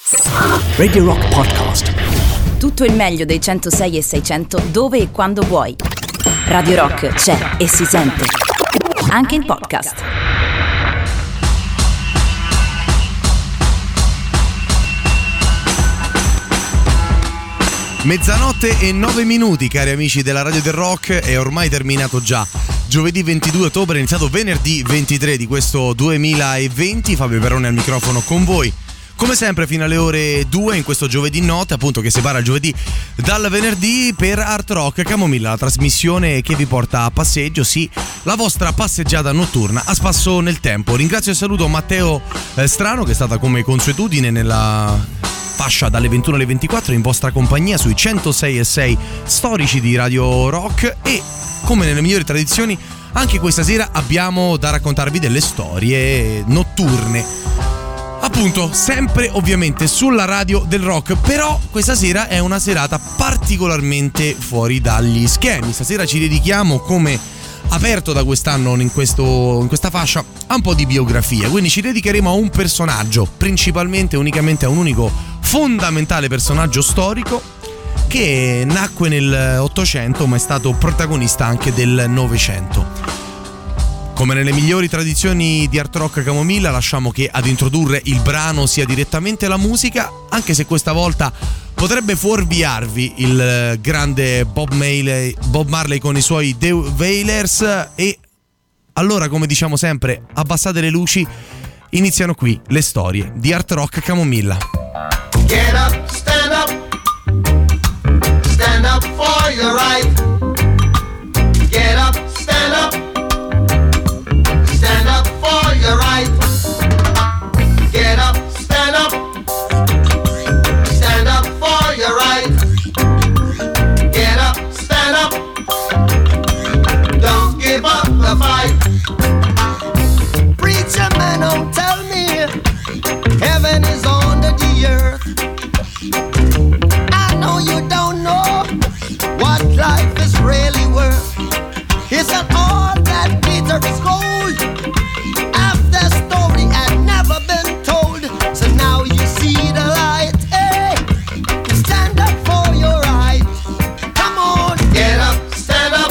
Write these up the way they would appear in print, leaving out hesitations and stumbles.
Radio Rock Podcast. Tutto il meglio dei 106 e 600 dove e quando vuoi. Radio Rock c'è e si sente anche in podcast. Mezzanotte e 9 minuti, cari amici della Radio del Rock, è ormai terminato già giovedì 22 ottobre, è iniziato venerdì 23 di questo 2020. Fabio Perrone al microfono con voi, come sempre fino alle ore 2 in questo giovedì notte, appunto, che separa il giovedì dal venerdì, per Art Rock Camomilla, la trasmissione che vi porta a passeggio, sì, la vostra passeggiata notturna a spasso nel tempo. Ringrazio e saluto Matteo Strano, che è stata come consuetudine nella fascia dalle 21 alle 24 in vostra compagnia sui 106.6 storici di Radio Rock, e come nelle migliori tradizioni anche questa sera abbiamo da raccontarvi delle storie notturne, appunto sempre ovviamente sulla Radio del Rock. Però questa sera è una serata particolarmente fuori dagli schemi. Stasera ci dedichiamo, come aperto da quest'anno in questa fascia, a un po' di biografia, quindi ci dedicheremo a un personaggio, principalmente unicamente a un unico fondamentale personaggio storico che nacque nel 800 ma è stato protagonista anche del 900. Come nelle migliori tradizioni di Art Rock Camomilla, lasciamo che ad introdurre il brano sia direttamente la musica, anche se questa volta potrebbe fuorviarvi il grande Bob Marley con i suoi The Wailers. E allora, come diciamo sempre, abbassate le luci, iniziano qui le storie di Art Rock Camomilla. Get up, stand up for your right. Get up, stand up for your right. Get up, stand up for your right. Get up, stand up, don't give up the fight. Preacher man, don't tell me heaven is under the earth. I know you don't know what life is really worth. Isn't all that glitter is gold? Half the story had never been told, so now you see the light. Hey, stand up for your right. Come on, get up, stand up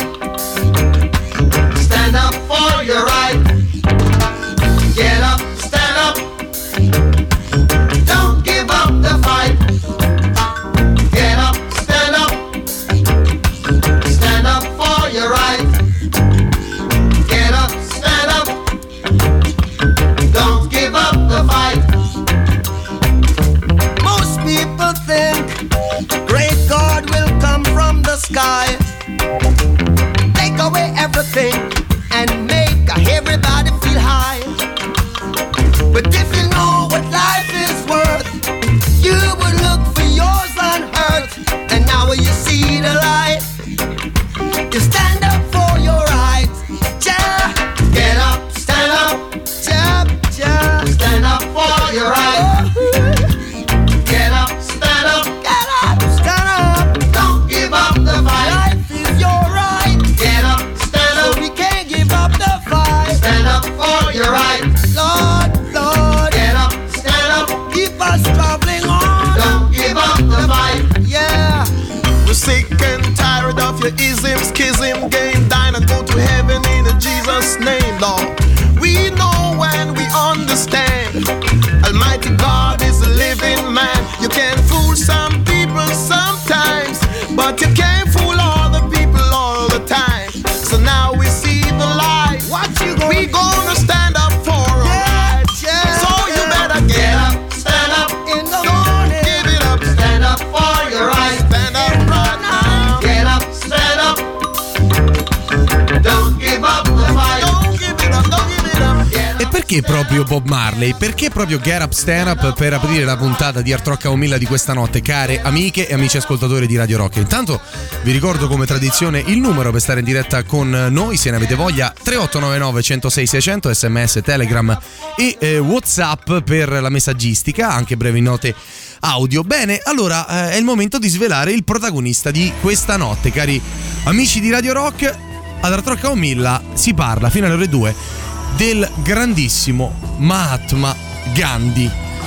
for your right. Get up, stand up, don't give up the fight. Get up, stand up for your right. Get up, stand up, don't give up the fight. Most people think great God will come from the sky, take away everything and make everybody feel high. But if you know what life is worth, you would look for yours on earth. And now you see the light, you stand up for your rights. Ja, get up, stand up, ja, ja, stand up for your rights. Get up, stand up, don't give up the fight. Life is your right. Get up, stand up, so we can't give up the fight. Stand up for your right. Lord, Lord, get up, stand up, keep us traveling on. Don't give up the fight. Yeah. We're sick and tired of your ism, schism, game, dine and go to heaven in Jesus' name, Lord. We know and we understand Almighty God is a living man. You can fool some people sometimes, but you can't fool all the people all the time. So now we see the light. What you gonna We gonna stand up for our rights. yeah. So you better Get get up, up, stand up in the morning. Give it up, stand up for your right. stand up right now. Get up, stand up, don't give up the fight. Don't give it up, don't give it up. Get E up, perché proprio Bob Marley? Perché proprio Get Up Stand Up per aprire la puntata di Art Rock Camomilla di questa notte, care amiche e amici ascoltatori di Radio Rock? Intanto vi ricordo come tradizione il numero per stare in diretta con noi, se ne avete voglia: 3899 106 600, sms, telegram e WhatsApp per la messaggistica, anche brevi note audio. Bene, allora è il momento di svelare il protagonista di questa notte, cari amici di Radio Rock. Ad Art Rock Camomilla si parla fino alle ore 2 del grandissimo Mahatma Gandhi,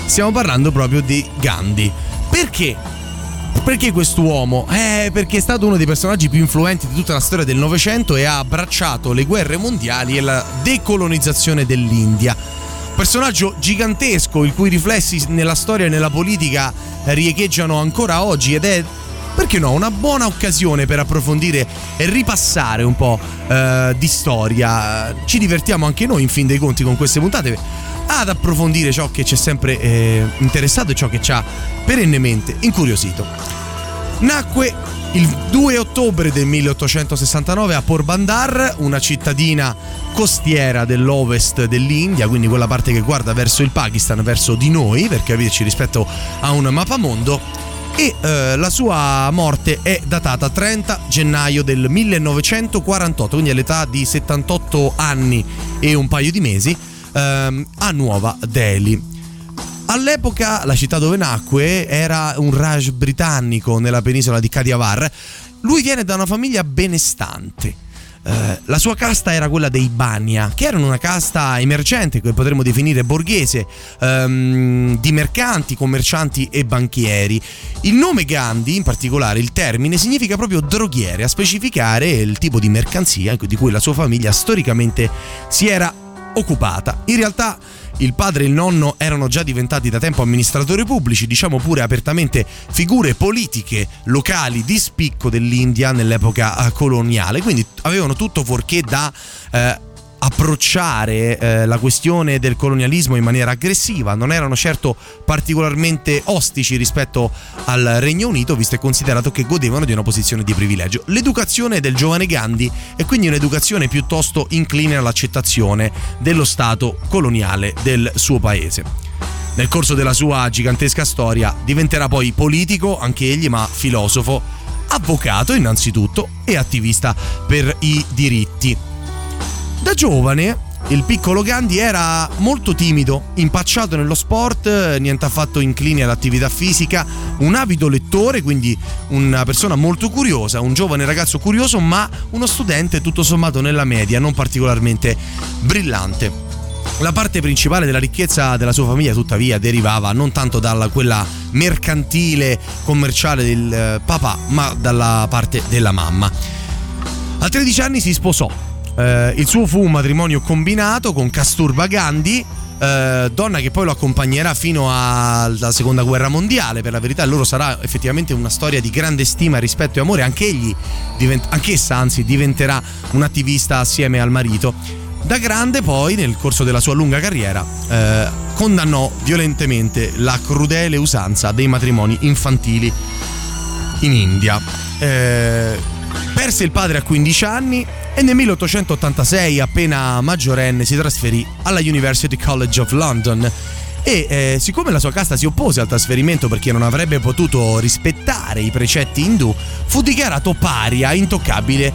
Stiamo parlando proprio di Gandhi. Perché? Perché quest'uomo? Perché è stato uno dei personaggi più influenti di tutta la storia del Novecento e ha abbracciato le guerre mondiali e la decolonizzazione dell'India. Personaggio gigantesco, il cui riflessi nella storia e nella politica riecheggiano ancora oggi, ed è, perché no, una buona occasione per approfondire e ripassare un po' di storia. Ci divertiamo anche noi, in fin dei conti, con queste puntate ad approfondire ciò che ci è sempre interessato e ciò che ci ha perennemente incuriosito. Nacque il 2 ottobre del 1869 a Porbandar, una cittadina costiera dell'ovest dell'India, quindi quella parte che guarda verso il Pakistan, verso di noi, per capirci, rispetto a un mappamondo. E la sua morte è datata 30 gennaio del 1948, quindi all'età di 78 anni e un paio di mesi, a Nuova Delhi. All'epoca la città dove nacque era un Raj britannico nella penisola di Kathiawar. Lui viene da una famiglia benestante. La sua casta era quella dei Bania, che erano una casta emergente, che potremmo definire borghese, di mercanti, commercianti e banchieri. Il nome Gandhi, in particolare il termine, significa proprio droghiere, a specificare il tipo di mercanzia di cui la sua famiglia storicamente si era occupata. In realtà il padre e il nonno erano già diventati da tempo amministratori pubblici, diciamo pure apertamente figure politiche locali di spicco dell'India nell'epoca coloniale, quindi avevano tutto fuorché da approcciare la questione del colonialismo in maniera aggressiva. Non erano certo particolarmente ostici rispetto al Regno Unito, visto e considerato che godevano di una posizione di privilegio. L'educazione del giovane Gandhi è quindi un'educazione piuttosto incline all'accettazione dello stato coloniale del suo paese. Nel corso della sua gigantesca storia diventerà poi politico anche egli, ma filosofo, avvocato innanzitutto e attivista per i diritti. Da giovane il piccolo Gandhi era molto timido, impacciato nello sport, niente affatto incline all'attività fisica, un avido lettore, quindi una persona molto curiosa, un giovane ragazzo curioso, ma uno studente tutto sommato nella media, non particolarmente brillante. La parte principale della ricchezza della sua famiglia, tuttavia, derivava non tanto da quella mercantile, commerciale del papà, ma dalla parte della mamma. A 13 anni si sposò. Il suo fu un matrimonio combinato con Kasturba Gandhi, donna che poi lo accompagnerà fino alla seconda guerra mondiale. Per la verità, loro sarà effettivamente una storia di grande stima, rispetto e amore. Anch'essa anzi diventerà un'attivista assieme al marito. Da grande poi, nel corso della sua lunga carriera, condannò violentemente la crudele usanza dei matrimoni infantili in India. Perse il padre a 15 anni e nel 1886, appena maggiorenne, si trasferì alla University College of London e siccome la sua casta si oppose al trasferimento perché non avrebbe potuto rispettare i precetti indù, fu dichiarato paria, intoccabile,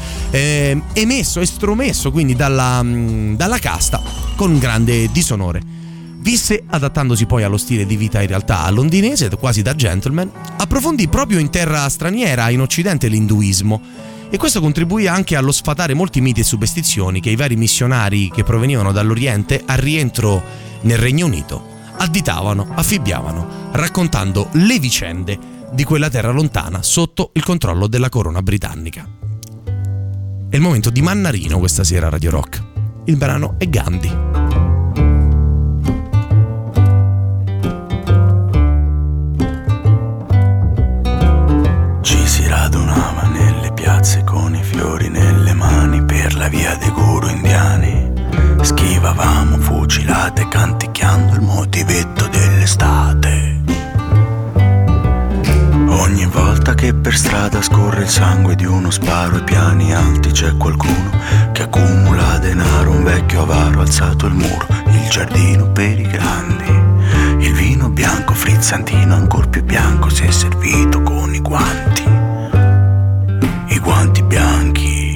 estromesso quindi dalla casta con un grande disonore. Visse adattandosi poi allo stile di vita in realtà londinese, quasi da gentleman. Approfondì proprio in terra straniera, in Occidente, l'induismo, e questo contribuì anche allo sfatare molti miti e superstizioni che i vari missionari che provenivano dall'Oriente, al rientro nel Regno Unito, additavano, affibbiavano, raccontando le vicende di quella terra lontana sotto il controllo della corona britannica. È il momento di Mannarino questa sera a Radio Rock. Il brano è Gandhi. Ci si radunava nelle piazze con i fiori nelle mani per la via dei guru indiani. Schivavamo fucilate canticchiando il motivetto dell'estate. Ogni volta che per strada scorre il sangue di uno sparo ai piani alti c'è qualcuno che accumula denaro, un vecchio avaro ha alzato il muro, il giardino per i grandi. Il vino bianco frizzantino ancor più bianco si è servito con i guanti bianchi.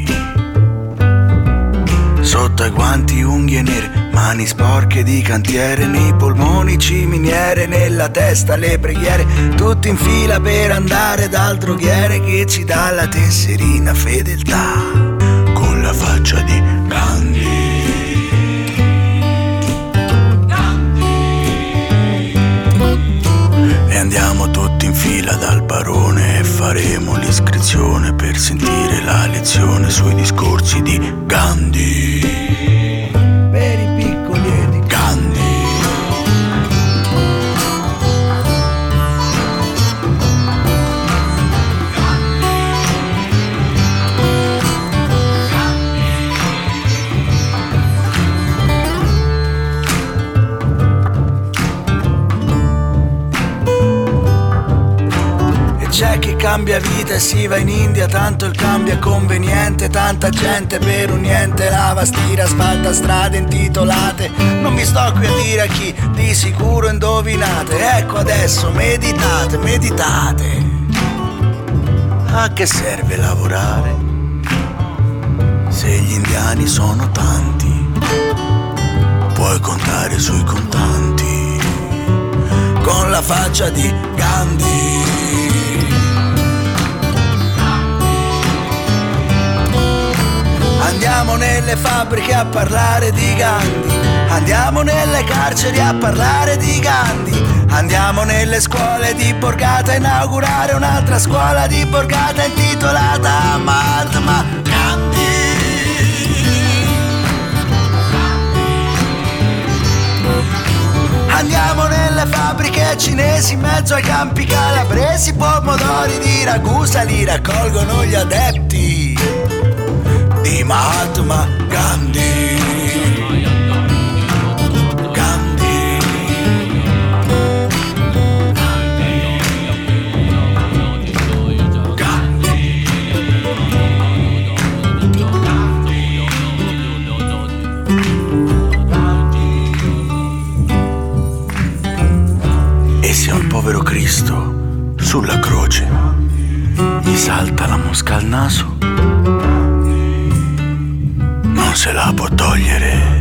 Sotto ai guanti unghie nere, mani sporche di cantiere, nei polmoni ciminiere, nella testa le preghiere, tutti in fila per andare dal droghiere che ci dà la tesserina fedeltà con la faccia di Gandhi. E andiamo tutti in fila dal barone e faremo l'iscrizione per sentire la lezione sui discorsi di Gandhi. Per i piccoli e di Gandhi. C'è chi cambia vita e si va in India, tanto il cambio è conveniente. Tanta gente per un niente lava, stira, asfalta strade intitolate. Non mi sto qui a dire a chi, di sicuro indovinate. Ecco adesso meditate, meditate. A che serve lavorare se gli indiani sono tanti? Puoi contare sui contanti con la faccia di Gandhi. Andiamo nelle fabbriche a parlare di Gandhi, andiamo nelle carceri a parlare di Gandhi, andiamo nelle scuole di Borgata a inaugurare un'altra scuola di Borgata intitolata Mahatma Gandhi. Andiamo nelle fabbriche cinesi in mezzo ai campi calabresi, pomodori di Ragusa li raccolgono gli adepti di Mahatma Gandhi. Gandhi. Gandhi. E se un povero Cristo sulla croce gli salta la mosca al naso, non se la può togliere.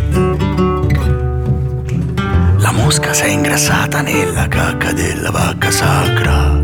La mosca s'è ingrassata nella cacca della vacca sacra.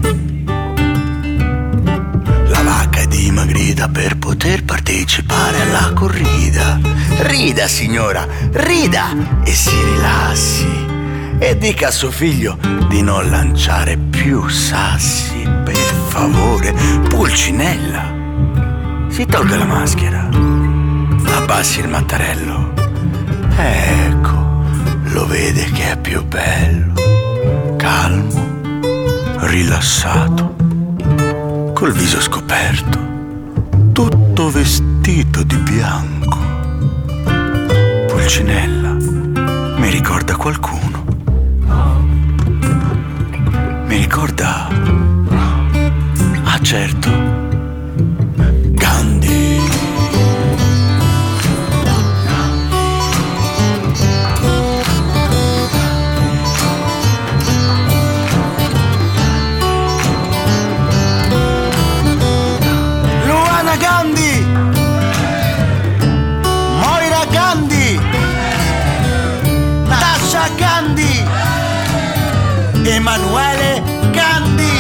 La vacca è dimagrita per poter partecipare alla corrida. Rida signora, rida e si rilassi. E dica a suo figlio di non lanciare più sassi, per favore. Pulcinella, si tolga la maschera, abbassi il mattarello. Ecco, lo vede che è più bello, calmo, rilassato, col viso scoperto, tutto vestito di bianco. Pulcinella mi ricorda qualcuno. Mi ricorda, ah certo, Gandhi. Luana Gandhi, Moira Gandhi, Natasha Gandhi, Emanuele Gandhi,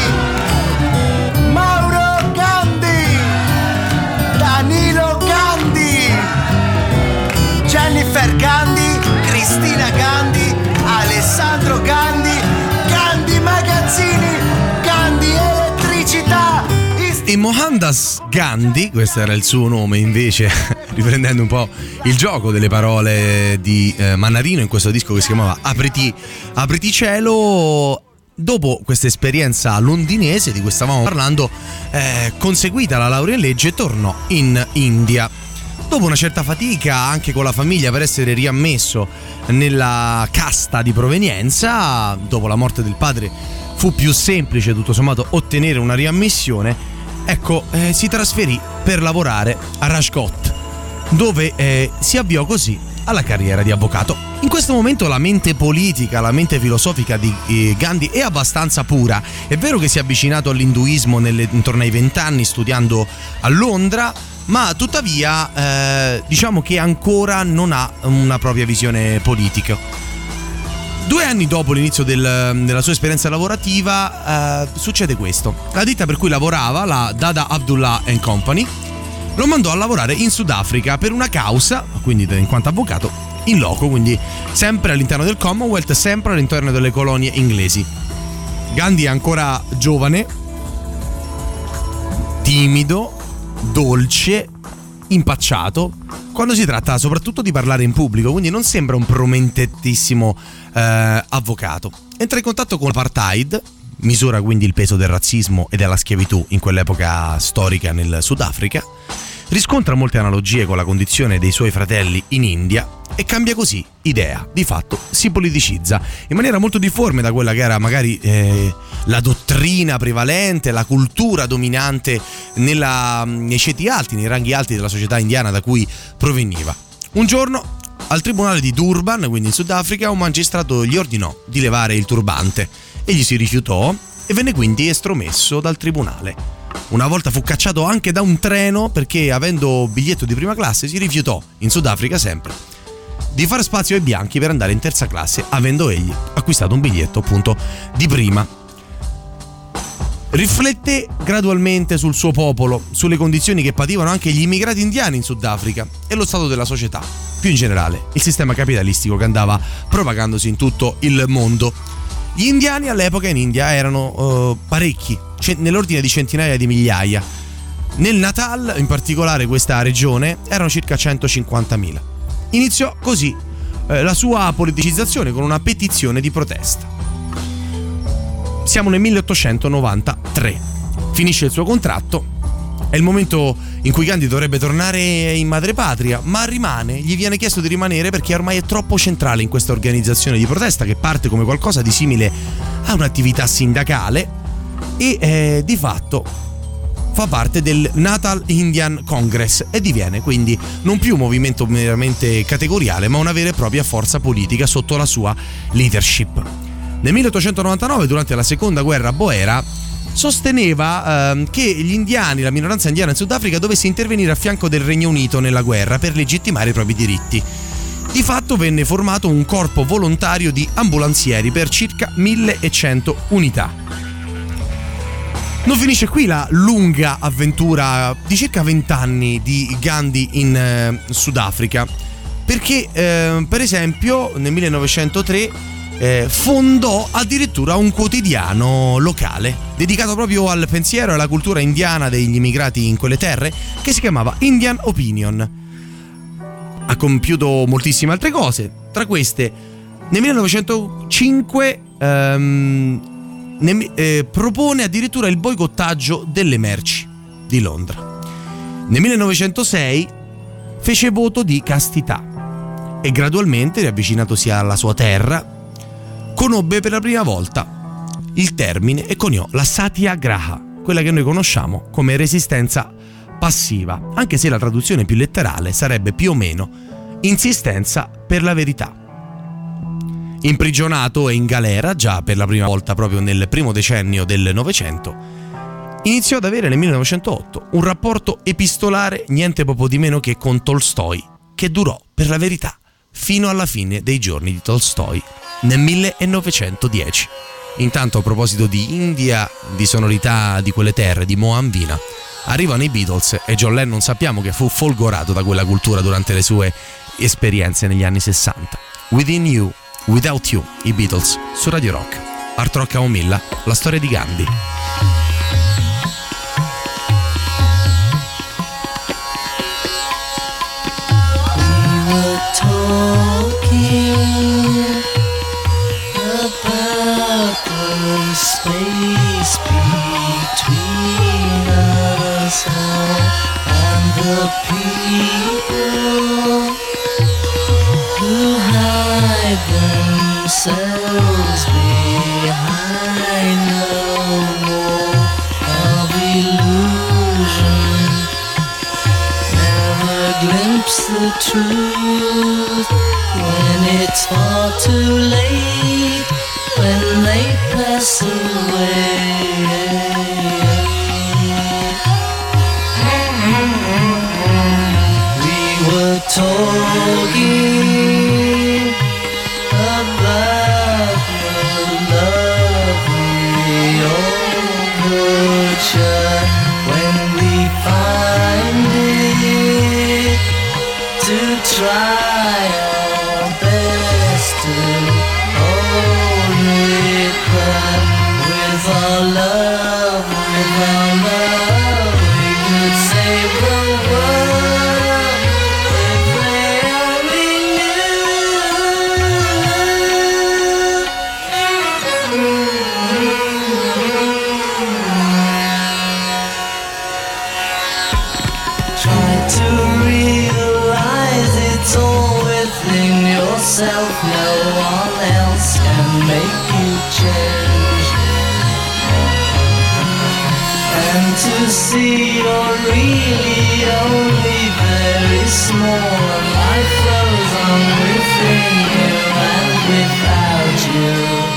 Mauro Gandhi, Danilo Gandhi, Jennifer Gandhi, Cristina Gandhi, Alessandro Gandhi, Gandhi Magazzini, Gandhi Elettricità. E Mohandas Gandhi, questo era il suo nome invece, riprendendo un po' il gioco delle parole di Mannarino in questo disco che si chiamava Apriti cielo. Dopo questa esperienza londinese di cui stavamo parlando, conseguita la laurea in legge, tornò in India. Dopo una certa fatica anche con la famiglia per essere riammesso nella casta di provenienza, dopo la morte del padre fu più semplice tutto sommato ottenere una riammissione. Ecco, si trasferì per lavorare a Rajkot, dove si avviò così alla carriera di avvocato. In questo momento la mente politica, la mente filosofica di Gandhi è abbastanza pura. È vero che si è avvicinato all'induismo intorno ai 20 anni studiando a Londra, ma tuttavia diciamo che ancora non ha una propria visione politica. 2 anni dopo l'inizio della sua esperienza lavorativa succede questo. La ditta per cui lavorava, la Dada Abdullah & Company, lo mandò a lavorare in Sudafrica per una causa, quindi in quanto avvocato, in loco, quindi sempre all'interno del Commonwealth, sempre all'interno delle colonie inglesi. Gandhi è ancora giovane, timido, dolce, impacciato, quando si tratta soprattutto di parlare in pubblico, quindi non sembra un promettentissimo avvocato. Entra in contatto con l'apartheid, misura quindi il peso del razzismo e della schiavitù in quell'epoca storica nel Sudafrica, riscontra molte analogie con la condizione dei suoi fratelli in India e cambia così idea. Di fatto si politicizza in maniera molto difforme da quella che era magari la dottrina prevalente, la cultura dominante nei ceti alti, nei ranghi alti della società indiana da cui proveniva. Un giorno al tribunale di Durban, quindi in Sudafrica, un magistrato gli ordinò di levare il turbante. Egli si rifiutò e venne quindi estromesso dal tribunale. Una volta fu cacciato anche da un treno perché, avendo biglietto di prima classe, si rifiutò, in Sudafrica sempre, di fare spazio ai bianchi per andare in terza classe, avendo egli acquistato un biglietto appunto di prima. Riflette gradualmente sul suo popolo, sulle condizioni che pativano anche gli immigrati indiani in Sudafrica e lo stato della società, più in generale il sistema capitalistico che andava propagandosi in tutto il mondo. Gli indiani all'epoca in India erano parecchi, nell'ordine di centinaia di migliaia. Nel Natal, in particolare questa regione, erano circa 150.000. Iniziò così la sua politicizzazione con una petizione di protesta. Siamo nel 1893. Finisce il suo contratto. È il momento in cui Gandhi dovrebbe tornare in madrepatria, ma gli viene chiesto di rimanere perché ormai è troppo centrale in questa organizzazione di protesta che parte come qualcosa di simile a un'attività sindacale e di fatto fa parte del Natal Indian Congress e diviene quindi non più un movimento meramente categoriale, ma una vera e propria forza politica sotto la sua leadership. Nel 1899, durante la seconda guerra boera, sosteneva che gli indiani, la minoranza indiana in Sudafrica, dovesse intervenire a fianco del Regno Unito nella guerra per legittimare i propri diritti. Di fatto venne formato un corpo volontario di ambulanzieri per circa 1100 unità. Non finisce qui la lunga avventura di circa 20 anni di Gandhi in Sudafrica, perché per esempio nel 1903 fondò addirittura un quotidiano locale dedicato proprio al pensiero e alla cultura indiana degli immigrati in quelle terre, che si chiamava Indian Opinion. Ha compiuto moltissime altre cose, tra queste nel 1905 propone addirittura il boicottaggio delle merci di Londra. Nel 1906 fece voto di castità e gradualmente, riavvicinatosi alla sua terra, conobbe per la prima volta il termine e coniò la satyagraha, quella che noi conosciamo come resistenza passiva, anche se la traduzione più letterale sarebbe più o meno insistenza per la verità. Imprigionato e in galera già per la prima volta proprio nel primo decennio del Novecento, iniziò ad avere nel 1908 un rapporto epistolare niente poco di meno che con Tolstoi, che durò per la verità fino alla fine dei giorni di Tolstoi nel 1910. Intanto, a proposito di India, di sonorità di quelle terre, di Moambina, arrivano i Beatles e John Lennon sappiamo che fu folgorato da quella cultura durante le sue esperienze negli anni 60. Within You, Without You, i Beatles su Radio Rock. Art Rock Camomilla, la storia di Gandhi. We were talking about the space between us and the people who hide themselves behind the wall of illusion, never glimpse the truth when it's far too late, when they pass away. We were talking about the lovely overture when we find it to try our best to hold it, but we're our love, with our love, we could save the world if they only Try to realize it's all within yourself. No one else can make you change. And to see you're really only very small, and life flows on within you and without you.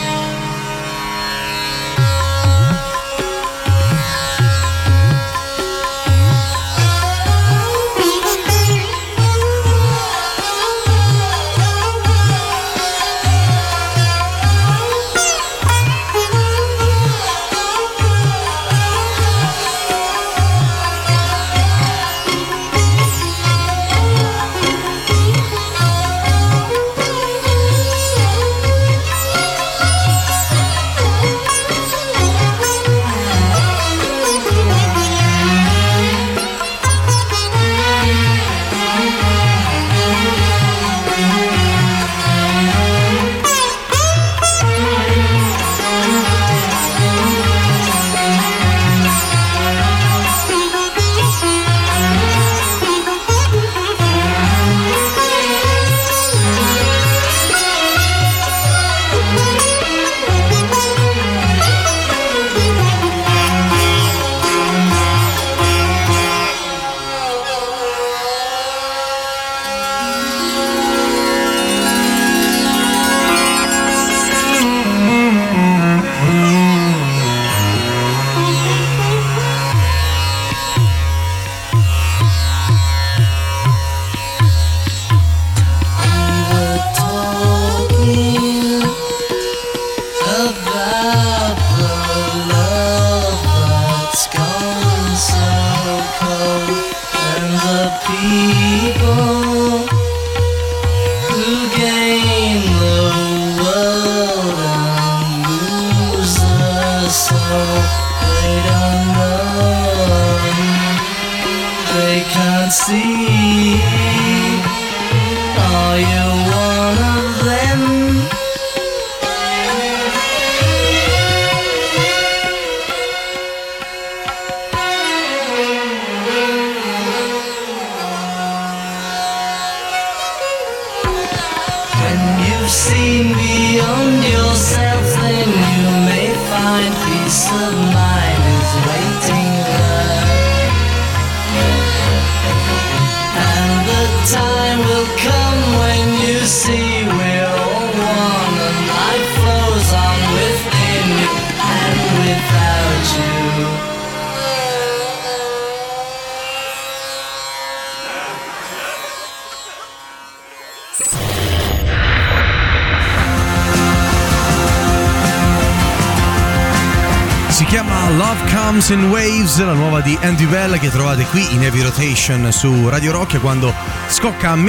Si chiama Love Comes in Waves, la nuova di Andy Bell, che trovate qui in Heavy Rotation su Radio Rock quando scocca a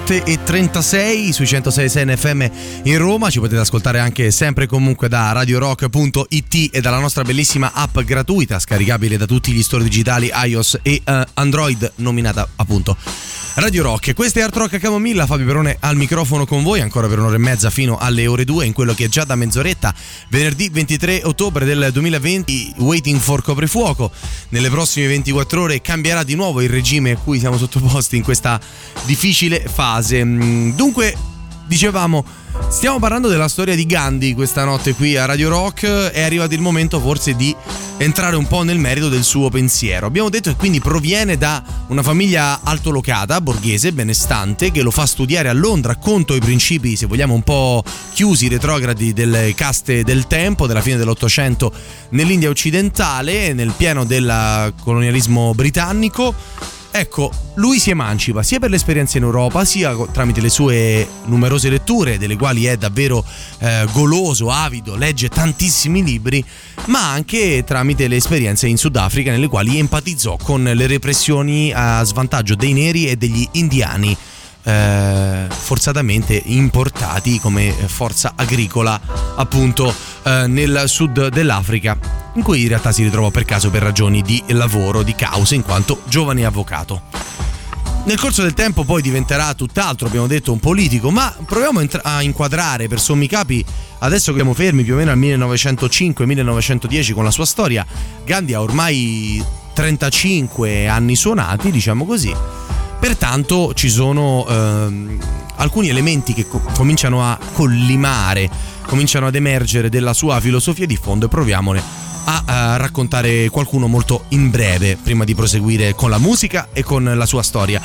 00:36 sui 106.6 FM in Roma. Ci potete ascoltare anche sempre e comunque da radiorock.it e dalla nostra bellissima app gratuita scaricabile da tutti gli store digitali iOS e Android, nominata appunto Radio Rock. Questa è Art Rock a Camomilla, Fabio Perone al microfono con voi ancora per un'ora e mezza fino alle ore 2 in quello che è già da mezz'oretta, venerdì 23 ottobre del 2020, Waiting for Coprifuoco. Nelle prossime 24 ore cambierà di nuovo il regime a cui siamo sottoposti in questa difficile fase. Dunque, dicevamo, stiamo parlando della storia di Gandhi questa notte qui a Radio Rock. È arrivato il momento forse di entrare un po' nel merito del suo pensiero. Abbiamo detto che quindi proviene da una famiglia altolocata, borghese, benestante, che lo fa studiare a Londra contro i principi, se vogliamo, un po' chiusi, retrogradi delle caste del tempo, della fine dell'Ottocento nell'India occidentale, nel pieno del colonialismo britannico. Ecco, lui si emancipa sia per l'esperienza in Europa, sia tramite le sue numerose letture, delle quali è davvero goloso, avido, legge tantissimi libri, ma anche tramite le esperienze in Sudafrica, nelle quali empatizzò con le repressioni a svantaggio dei neri e degli indiani, forzatamente importati come forza agricola appunto nel sud dell'Africa, in cui in realtà si ritrovò per caso per ragioni di lavoro, di cause, in quanto giovane avvocato. Nel corso del tempo poi diventerà tutt'altro, abbiamo detto, un politico, ma proviamo a inquadrare per sommi capi, adesso che siamo fermi più o meno al 1905-1910 con la sua storia. Gandhi ha ormai 35 anni suonati, diciamo così, pertanto ci sono alcuni elementi che cominciano a collimare, cominciano ad emergere della sua filosofia di fondo, e proviamone a raccontare qualcuno molto in breve prima di proseguire con la musica e con la sua storia.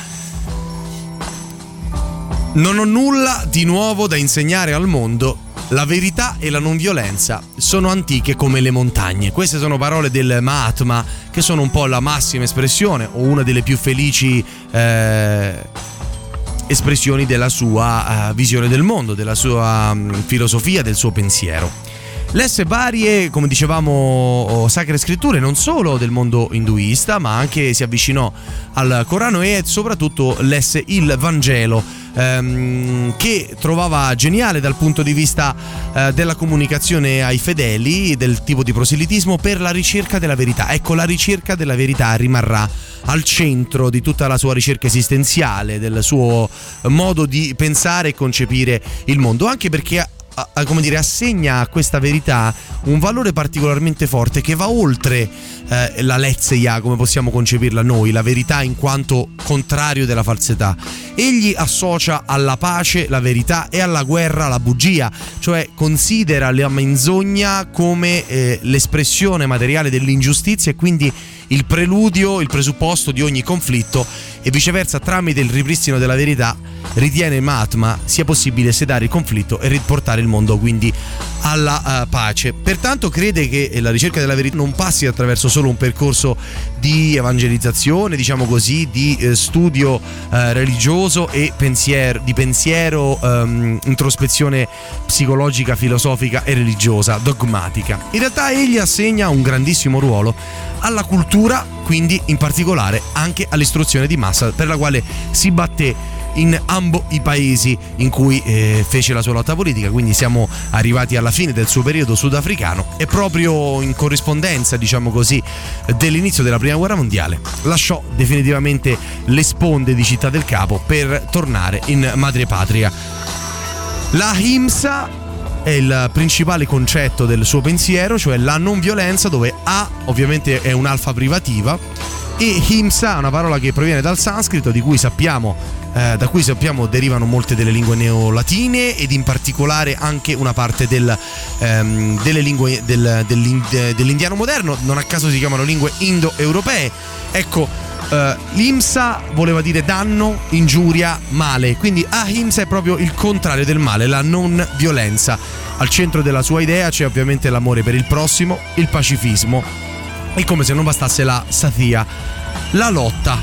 Non ho nulla di nuovo da insegnare al mondo. La verità e la non violenza sono antiche come le montagne. Queste sono parole del Mahatma, che sono un po' la massima espressione o una delle più felici espressioni della sua visione del mondo, della sua filosofia, del suo pensiero. Lesse varie, come dicevamo, sacre scritture, non solo del mondo induista, ma anche si avvicinò al Corano e soprattutto lesse il Vangelo, che trovava geniale dal punto di vista della comunicazione ai fedeli, del tipo di proselitismo per la ricerca della verità. Ecco, la ricerca della verità rimarrà al centro di tutta la sua ricerca esistenziale, del suo modo di pensare e concepire il mondo, anche perché come dire, assegna a questa verità un valore particolarmente forte che va oltre la Letzeia, come possiamo concepirla noi, la verità in quanto contrario della falsità. Egli associa alla pace la verità e alla guerra la bugia, cioè considera la menzogna come l'espressione materiale dell'ingiustizia e quindi il preludio, il presupposto di ogni conflitto, e viceversa, tramite il ripristino della verità ritiene Mahatma sia possibile sedare il conflitto e riportare il mondo quindi alla pace. Pertanto crede che la ricerca della verità non passi attraverso solo un percorso di evangelizzazione, diciamo così, di studio religioso e pensiero, introspezione psicologica, filosofica e religiosa, dogmatica. In realtà egli assegna un grandissimo ruolo alla cultura, quindi in particolare anche all'istruzione di massa, per la quale si batté in ambo i paesi in cui fece la sua lotta politica. Quindi siamo arrivati alla fine del suo periodo sudafricano e proprio in corrispondenza, diciamo così, dell'inizio della prima guerra mondiale lasciò definitivamente le sponde di Città del Capo per tornare in madrepatria. La Ahimsa è il principale concetto del suo pensiero, cioè la non violenza, dove A ovviamente è un'alfa privativa e Himsa è una parola che proviene dal sanscrito, da cui sappiamo derivano molte delle lingue neolatine ed in particolare anche una parte delle lingue dell'indiano moderno. Non a caso si chiamano lingue indo-europee. Ecco, l'Himsa voleva dire danno, ingiuria, male, quindi Ahimsa è proprio il contrario del male, la non violenza. Al centro della sua idea c'è ovviamente l'amore per il prossimo, il pacifismo e, come se non bastasse, la satya, la lotta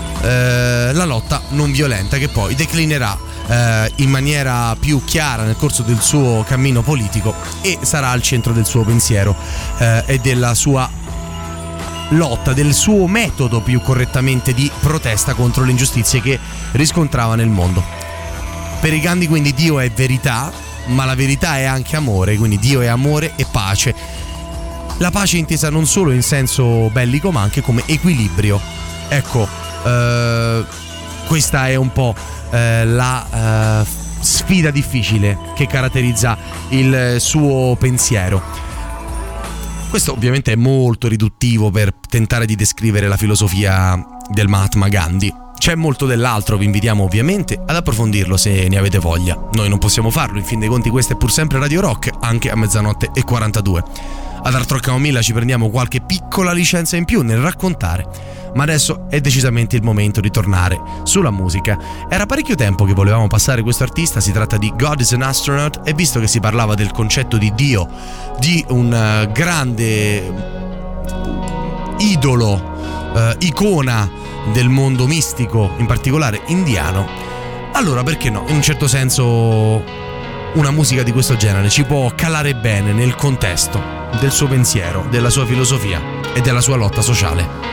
non violenta, che poi declinerà in maniera più chiara nel corso del suo cammino politico e sarà al centro del suo pensiero e della sua lotta, del suo metodo più correttamente di protesta contro le ingiustizie che riscontrava nel mondo. Per i Gandhi quindi Dio è verità, ma la verità è anche amore, quindi Dio è amore e pace. La pace intesa non solo in senso bellico ma anche come equilibrio. Ecco, questa è un po' la sfida difficile che caratterizza il suo pensiero. Questo ovviamente è molto riduttivo per tentare di descrivere la filosofia del Mahatma Gandhi. C'è molto dell'altro, vi invitiamo ovviamente ad approfondirlo se ne avete voglia. Noi non possiamo farlo, in fin dei conti questa è pur sempre Radio Rock, anche a 00:42. Ad Art Rock Camomilla ci prendiamo qualche piccola licenza in più nel raccontare, ma adesso è decisamente il momento di tornare sulla musica. Era parecchio tempo che volevamo passare questo artista, si tratta di God is an Astronaut, e visto che si parlava del concetto di Dio, di un grande idolo, icona del mondo mistico, in particolare indiano, allora perché no, in un certo senso una musica di questo genere ci può calare bene nel contesto del suo pensiero, della sua filosofia e della sua lotta sociale.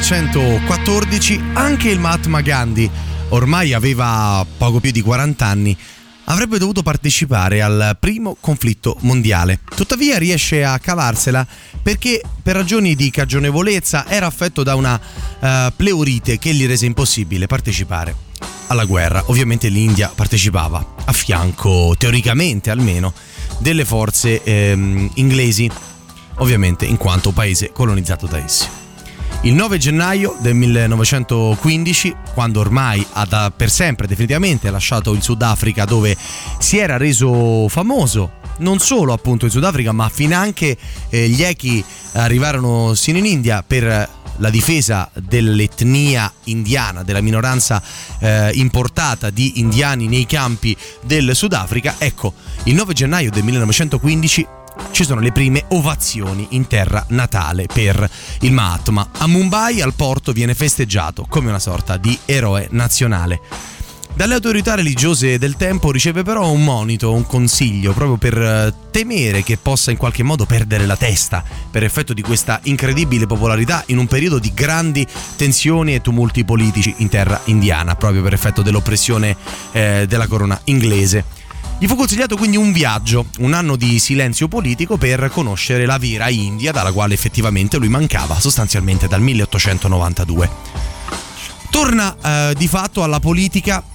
1914 anche il Mahatma Gandhi, ormai aveva poco più di 40 anni, avrebbe dovuto partecipare al primo conflitto mondiale. Tuttavia riesce a cavarsela perché per ragioni di cagionevolezza era affetto da una pleurite che gli rese impossibile partecipare alla guerra. Ovviamente l'India partecipava a fianco, teoricamente almeno, delle forze inglesi, ovviamente in quanto paese colonizzato da essi. Il 9 gennaio del 1915, quando ormai ha per sempre definitivamente lasciato il Sudafrica, dove si era reso famoso non solo appunto in Sudafrica, ma finanche gli echi arrivarono sino in India per la difesa dell'etnia indiana, della minoranza importata di indiani nei campi del Sudafrica. Ecco, il 9 gennaio del 1915 ci sono le prime ovazioni in terra natale per il Mahatma. A Mumbai, al porto, viene festeggiato come una sorta di eroe nazionale. Dalle autorità religiose del tempo riceve però un monito, un consiglio, proprio per temere che possa in qualche modo perdere la testa per effetto di questa incredibile popolarità in un periodo di grandi tensioni e tumulti politici in terra indiana, proprio per effetto dell'oppressione della corona inglese. Gli fu consigliato quindi un viaggio, un anno di silenzio politico per conoscere la vera India, dalla quale effettivamente lui mancava sostanzialmente dal 1892. Torna di fatto alla politica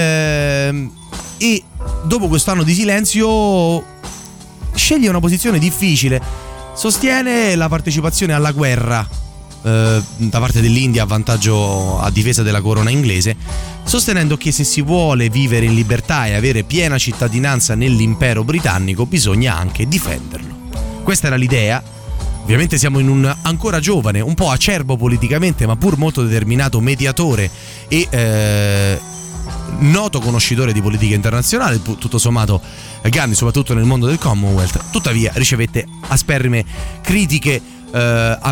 e dopo questo anno di silenzio sceglie una posizione difficile. Sostiene la partecipazione alla guerra da parte dell'India a difesa della corona inglese, sostenendo che se si vuole vivere in libertà e avere piena cittadinanza nell'impero britannico bisogna anche difenderlo. Questa era l'idea. Ovviamente siamo in un ancora giovane, un po' acerbo politicamente, ma pur molto determinato mediatore e noto conoscitore di politica internazionale, tutto sommato Gandhi, soprattutto nel mondo del Commonwealth. Tuttavia ricevette asperrime critiche a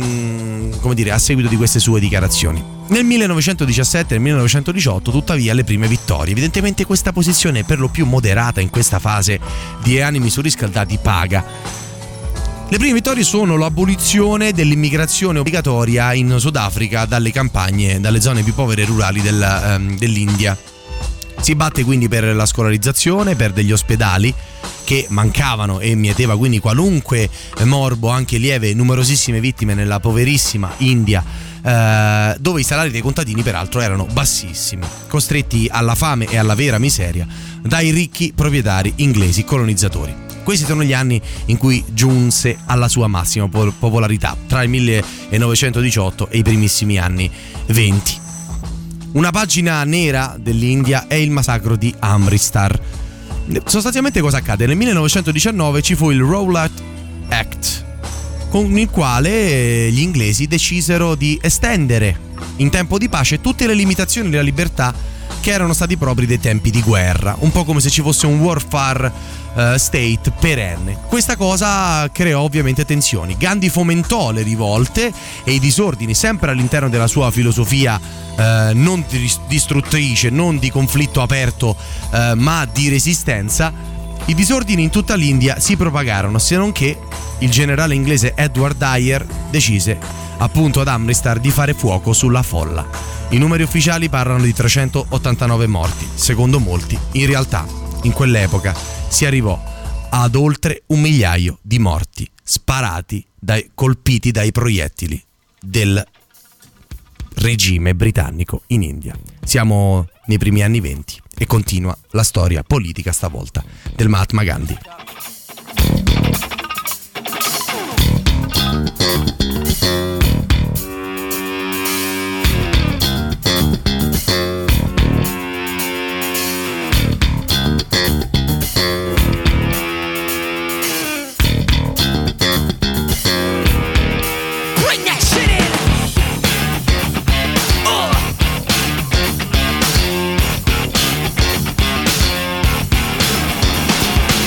seguito di queste sue dichiarazioni. Nel 1917 e nel 1918 tuttavia le prime vittorie. Evidentemente questa posizione per lo più moderata in questa fase di animi surriscaldati paga. Le prime vittorie sono l'abolizione dell'immigrazione obbligatoria in Sudafrica dalle campagne, dalle zone più povere e rurali dell'India. Si batte quindi per la scolarizzazione, per degli ospedali che mancavano e mieteva quindi qualunque morbo, anche lieve, numerosissime vittime nella poverissima India, dove i salari dei contadini peraltro erano bassissimi, costretti alla fame e alla vera miseria dai ricchi proprietari inglesi colonizzatori. Questi sono gli anni in cui giunse alla sua massima popolarità, tra il 1918 e i primissimi anni 20. Una pagina nera dell'India è il massacro di Amritsar. Sostanzialmente cosa accade? Nel 1919 ci fu il Rowlatt Act, con il quale gli inglesi decisero di estendere in tempo di pace tutte le limitazioni della libertà che erano stati propri dei tempi di guerra, un po' come se ci fosse un warfare state perenne. Questa cosa creò ovviamente tensioni. Gandhi fomentò le rivolte e i disordini sempre all'interno della sua filosofia non distruttrice, non di conflitto aperto, ma di resistenza. I disordini in tutta l'India si propagarono, se non che il generale inglese Edward Dyer decise appunto ad Amritsar di fare fuoco sulla folla. I numeri ufficiali parlano di 389 morti, secondo molti in realtà in quell'epoca si arrivò ad oltre 1 migliaio di morti colpiti dai proiettili del regime britannico in India. Siamo nei primi anni 20 e continua la storia politica stavolta del Mahatma Gandhi.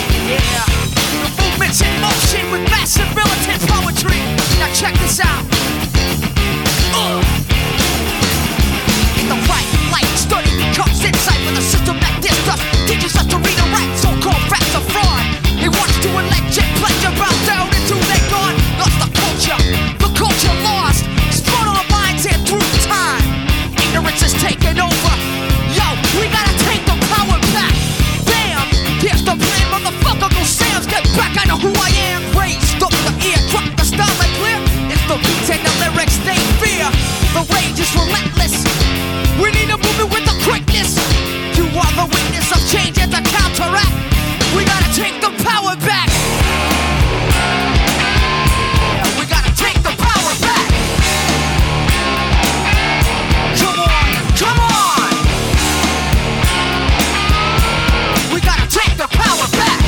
Check this out. take the power back. We gotta take the power back. Come on, come on. We gotta take the power back.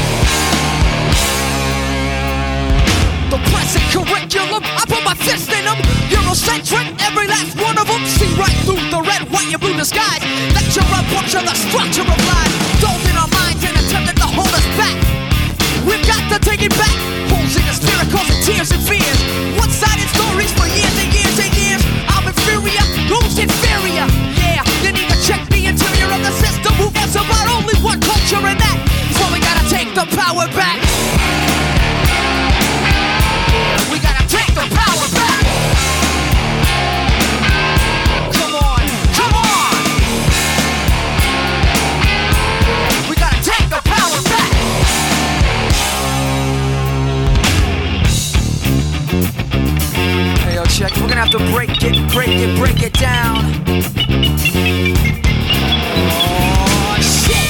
The present curriculum, I put my fist in them. Eurocentric, every last one of them. See right through the red, white, and blue disguise. Lecture a bunch of the structure of life. Those in our minds and attempting to hold us back. We've got to take it back. Holes in the spirit causing tears and fears. One-sided stories for years and years and years. I'm inferior, who's inferior? Yeah, you need to check the interior of the system. Who cares about only one culture and that? So we gotta take the power back. We gotta take the power back. Come on, come on. We gotta take the power back. Hey, yo, check. We're gonna have to break it down. Oh, shit.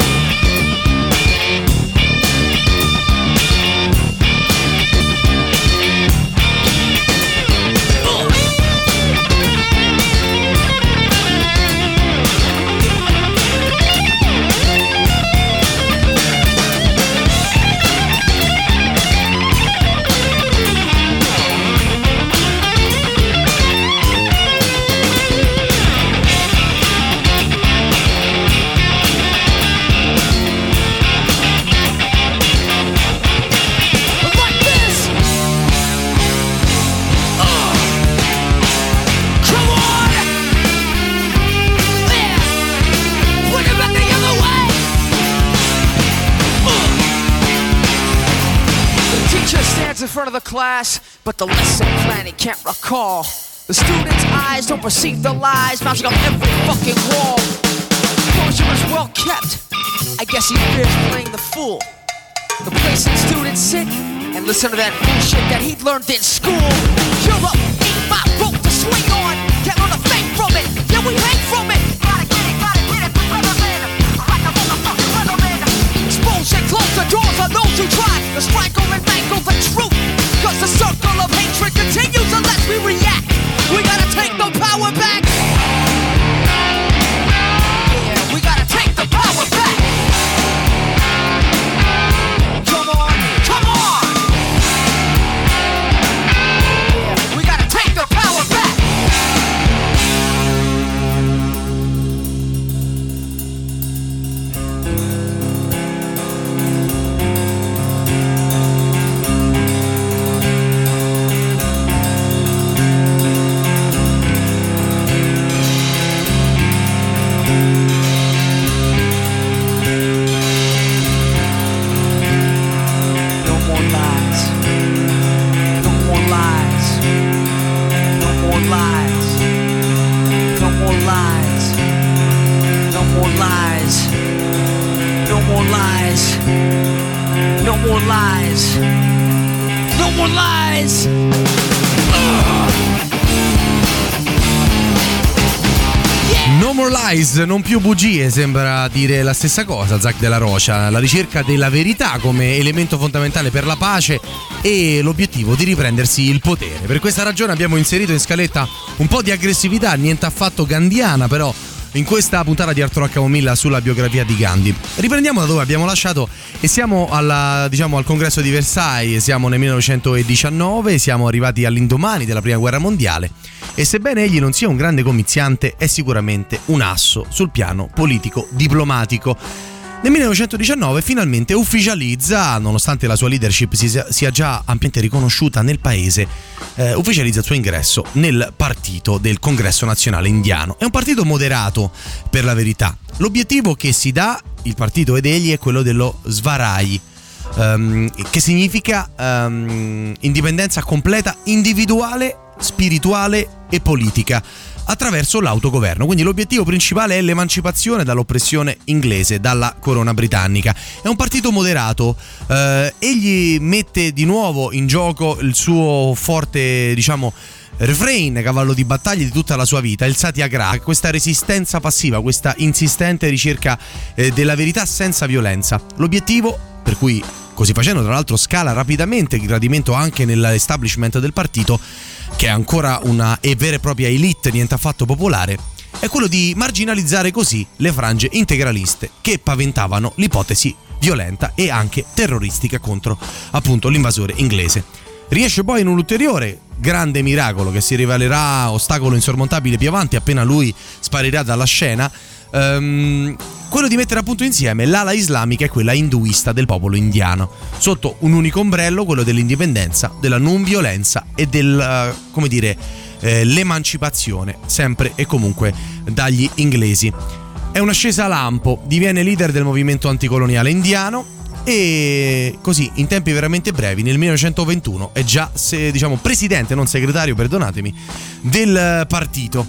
In front of the class, but the lesson plan he can't recall. The students' eyes don't perceive the lies mounting up every fucking wall. Closure is well kept. I guess he fears playing the fool. The place that students sit and listen to that bullshit that he'd learned in school. You're up, ain't my rope to swing on. Can't learn a thing from it. Yeah, we hang from it. Gotta get it, the relevant. Like a motherfucking relevant. Expose and close the doors on those who try to strangle and mangle the truth. Cause the circle of hatred continues unless we react. We gotta take the power back. Yeah, we gotta take the power back. Come on, come on. Yeah, we gotta take the power back. No more lies. No more lies. No more lies, non più bugie, sembra dire la stessa cosa Zac della Rocha. La ricerca della verità come elemento fondamentale per la pace e l'obiettivo di riprendersi il potere. Per questa ragione abbiamo inserito in scaletta un po' di aggressività, niente affatto gandhiana, però in questa puntata di Arturo a Camomilla sulla biografia di Gandhi. Riprendiamo da dove abbiamo lasciato e siamo al congresso di Versailles. Siamo nel 1919, siamo arrivati all'indomani della prima guerra mondiale e sebbene egli non sia un grande comizziante è sicuramente un asso sul piano politico diplomatico. Nel 1919 finalmente ufficializza, nonostante la sua leadership sia già ampiamente riconosciuta nel paese, ufficializza il suo ingresso nel partito del Congresso Nazionale Indiano. È un partito moderato, per la verità. L'obiettivo che si dà il partito ed egli è quello dello Swaraj, che significa indipendenza completa, individuale, spirituale e politica, attraverso l'autogoverno. Quindi l'obiettivo principale è l'emancipazione dall'oppressione inglese, dalla corona britannica. È un partito moderato, egli mette di nuovo in gioco il suo forte, refrain, cavallo di battaglia di tutta la sua vita, il satyagraha, questa resistenza passiva, questa insistente ricerca della verità senza violenza. L'obiettivo per cui così facendo tra l'altro scala rapidamente il gradimento anche nell'establishment del partito, che è ancora una vera e propria elite niente affatto popolare, è quello di marginalizzare così le frange integraliste che paventavano l'ipotesi violenta e anche terroristica contro appunto l'invasore inglese. Riesce poi in un ulteriore grande miracolo che si rivelerà ostacolo insormontabile più avanti appena lui sparirà dalla scena, quello di mettere appunto insieme l'ala islamica e quella induista del popolo indiano sotto un unico ombrello, quello dell'indipendenza, della non violenza e del l'emancipazione sempre e comunque dagli inglesi. È un'ascesa lampo, diviene leader del movimento anticoloniale indiano e così in tempi veramente brevi nel 1921 è già presidente, non segretario, perdonatemi, del partito.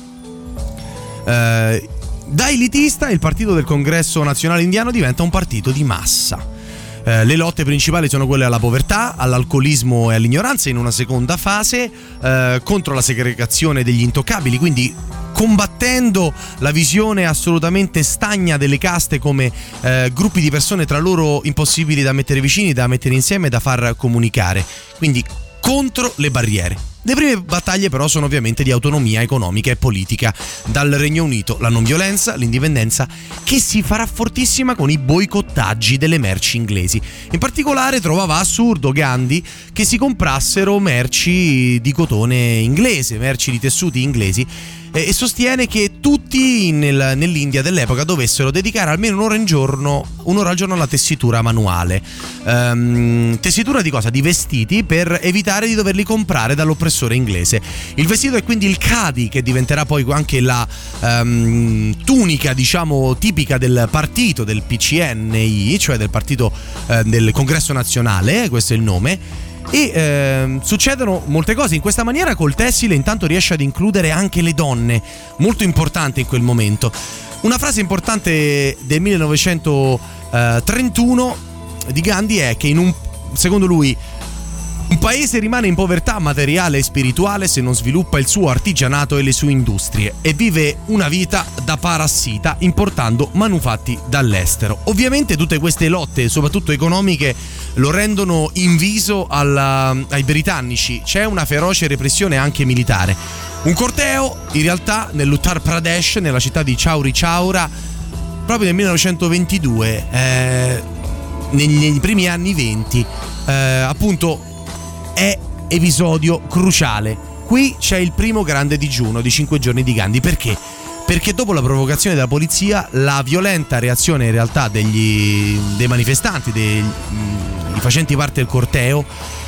Da elitista il partito del Congresso Nazionale Indiano diventa un partito di massa. Le lotte principali sono quelle alla povertà, all'alcolismo e all'ignoranza in una seconda fase, contro la segregazione degli intoccabili, quindi combattendo la visione assolutamente stagna delle caste come gruppi di persone tra loro impossibili da mettere vicini, da mettere insieme, da far comunicare, quindi contro le barriere. Le prime battaglie però sono ovviamente di autonomia economica e politica. Dal Regno Unito la non violenza, l'indipendenza, che si farà fortissima con i boicottaggi delle merci inglesi. In particolare trovava assurdo Gandhi che si comprassero merci di cotone inglese, merci di tessuti inglesi, e sostiene che tutti nell'India dell'epoca dovessero dedicare almeno un'ora al giorno alla tessitura manuale. Tessitura di cosa? Di vestiti, per evitare di doverli comprare dall'oppressore inglese. Il vestito è quindi il khadi, che diventerà poi anche la tunica tipica del partito del PCNI, cioè del partito del Congresso Nazionale, questo è il nome. E succedono molte cose. In questa maniera col tessile intanto riesce ad includere anche le donne, molto importante in quel momento. Una frase importante del 1931 di Gandhi è che secondo lui un paese rimane in povertà materiale e spirituale se non sviluppa il suo artigianato e le sue industrie e vive una vita da parassita importando manufatti dall'estero. Ovviamente tutte queste lotte, soprattutto economiche, lo rendono inviso ai britannici. C'è una feroce repressione anche militare. Un corteo in realtà nell'Uttar Pradesh, nella città di Chauri Chaura, proprio nel 1922, negli primi anni 20, appunto è episodio cruciale. Qui c'è il primo grande digiuno di 5 giorni di Gandhi. Perché? Perché dopo la provocazione della polizia, la violenta reazione in realtà dei manifestanti, i facenti parte del corteo,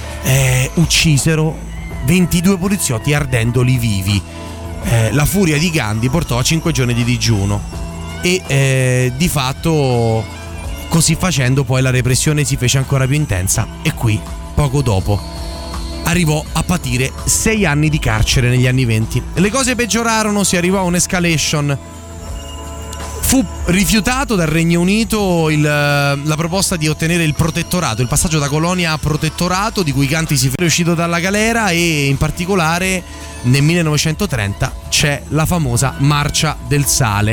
uccisero 22 poliziotti ardendoli vivi. La furia di Gandhi portò a 5 giorni di digiuno e di fatto così facendo poi la repressione si fece ancora più intensa e qui poco dopo arrivò a patire 6 anni di carcere negli anni 20. Le cose peggiorarono, si arrivò a un'escalation. Fu rifiutato dal Regno Unito la proposta di ottenere il protettorato, il passaggio da colonia a protettorato, di cui Gandhi si fu uscito dalla galera, e in particolare nel 1930 c'è la famosa Marcia del Sale.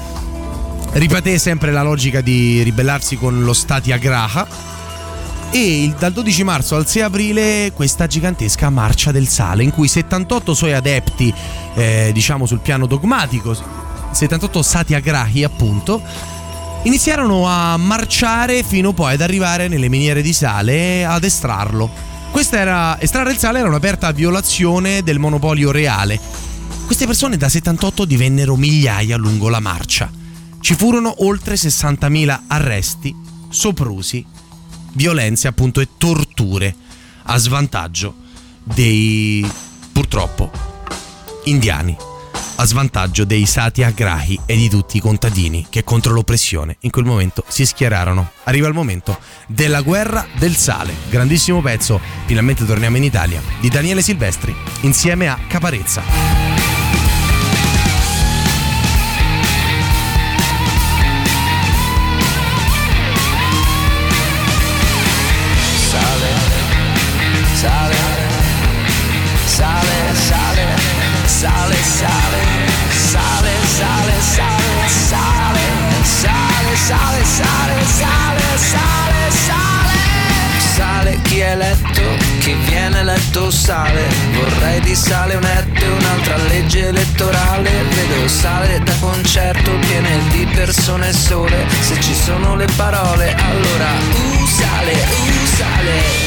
Ripeté sempre la logica di ribellarsi con lo Satyagraha. E dal 12 marzo al 6 aprile questa gigantesca Marcia del Sale, in cui 78 suoi adepti, sul piano dogmatico, 78 satyagrahi appunto, iniziarono a marciare fino poi ad arrivare nelle miniere di sale ad estrarlo. Estrarre il sale era un'aperta violazione del monopolio reale. Queste persone da 78 divennero migliaia lungo la marcia. Ci furono oltre 60.000 arresti, soprusi, violenze appunto e torture a svantaggio dei, purtroppo, indiani, a svantaggio dei satyagrahi e di tutti i contadini che contro l'oppressione in quel momento si schierarono. Arriva il momento della guerra del sale, grandissimo pezzo, finalmente torniamo in Italia, di Daniele Silvestri insieme a Caparezza. Sale, sale, sale, sale, sale, sale, sale. hai letto, chi viene letto sale. Vorrei di sale un etto e un'altra legge elettorale. Vedo sale da concerto piene di persone sole. Se ci sono le parole allora sale, sale.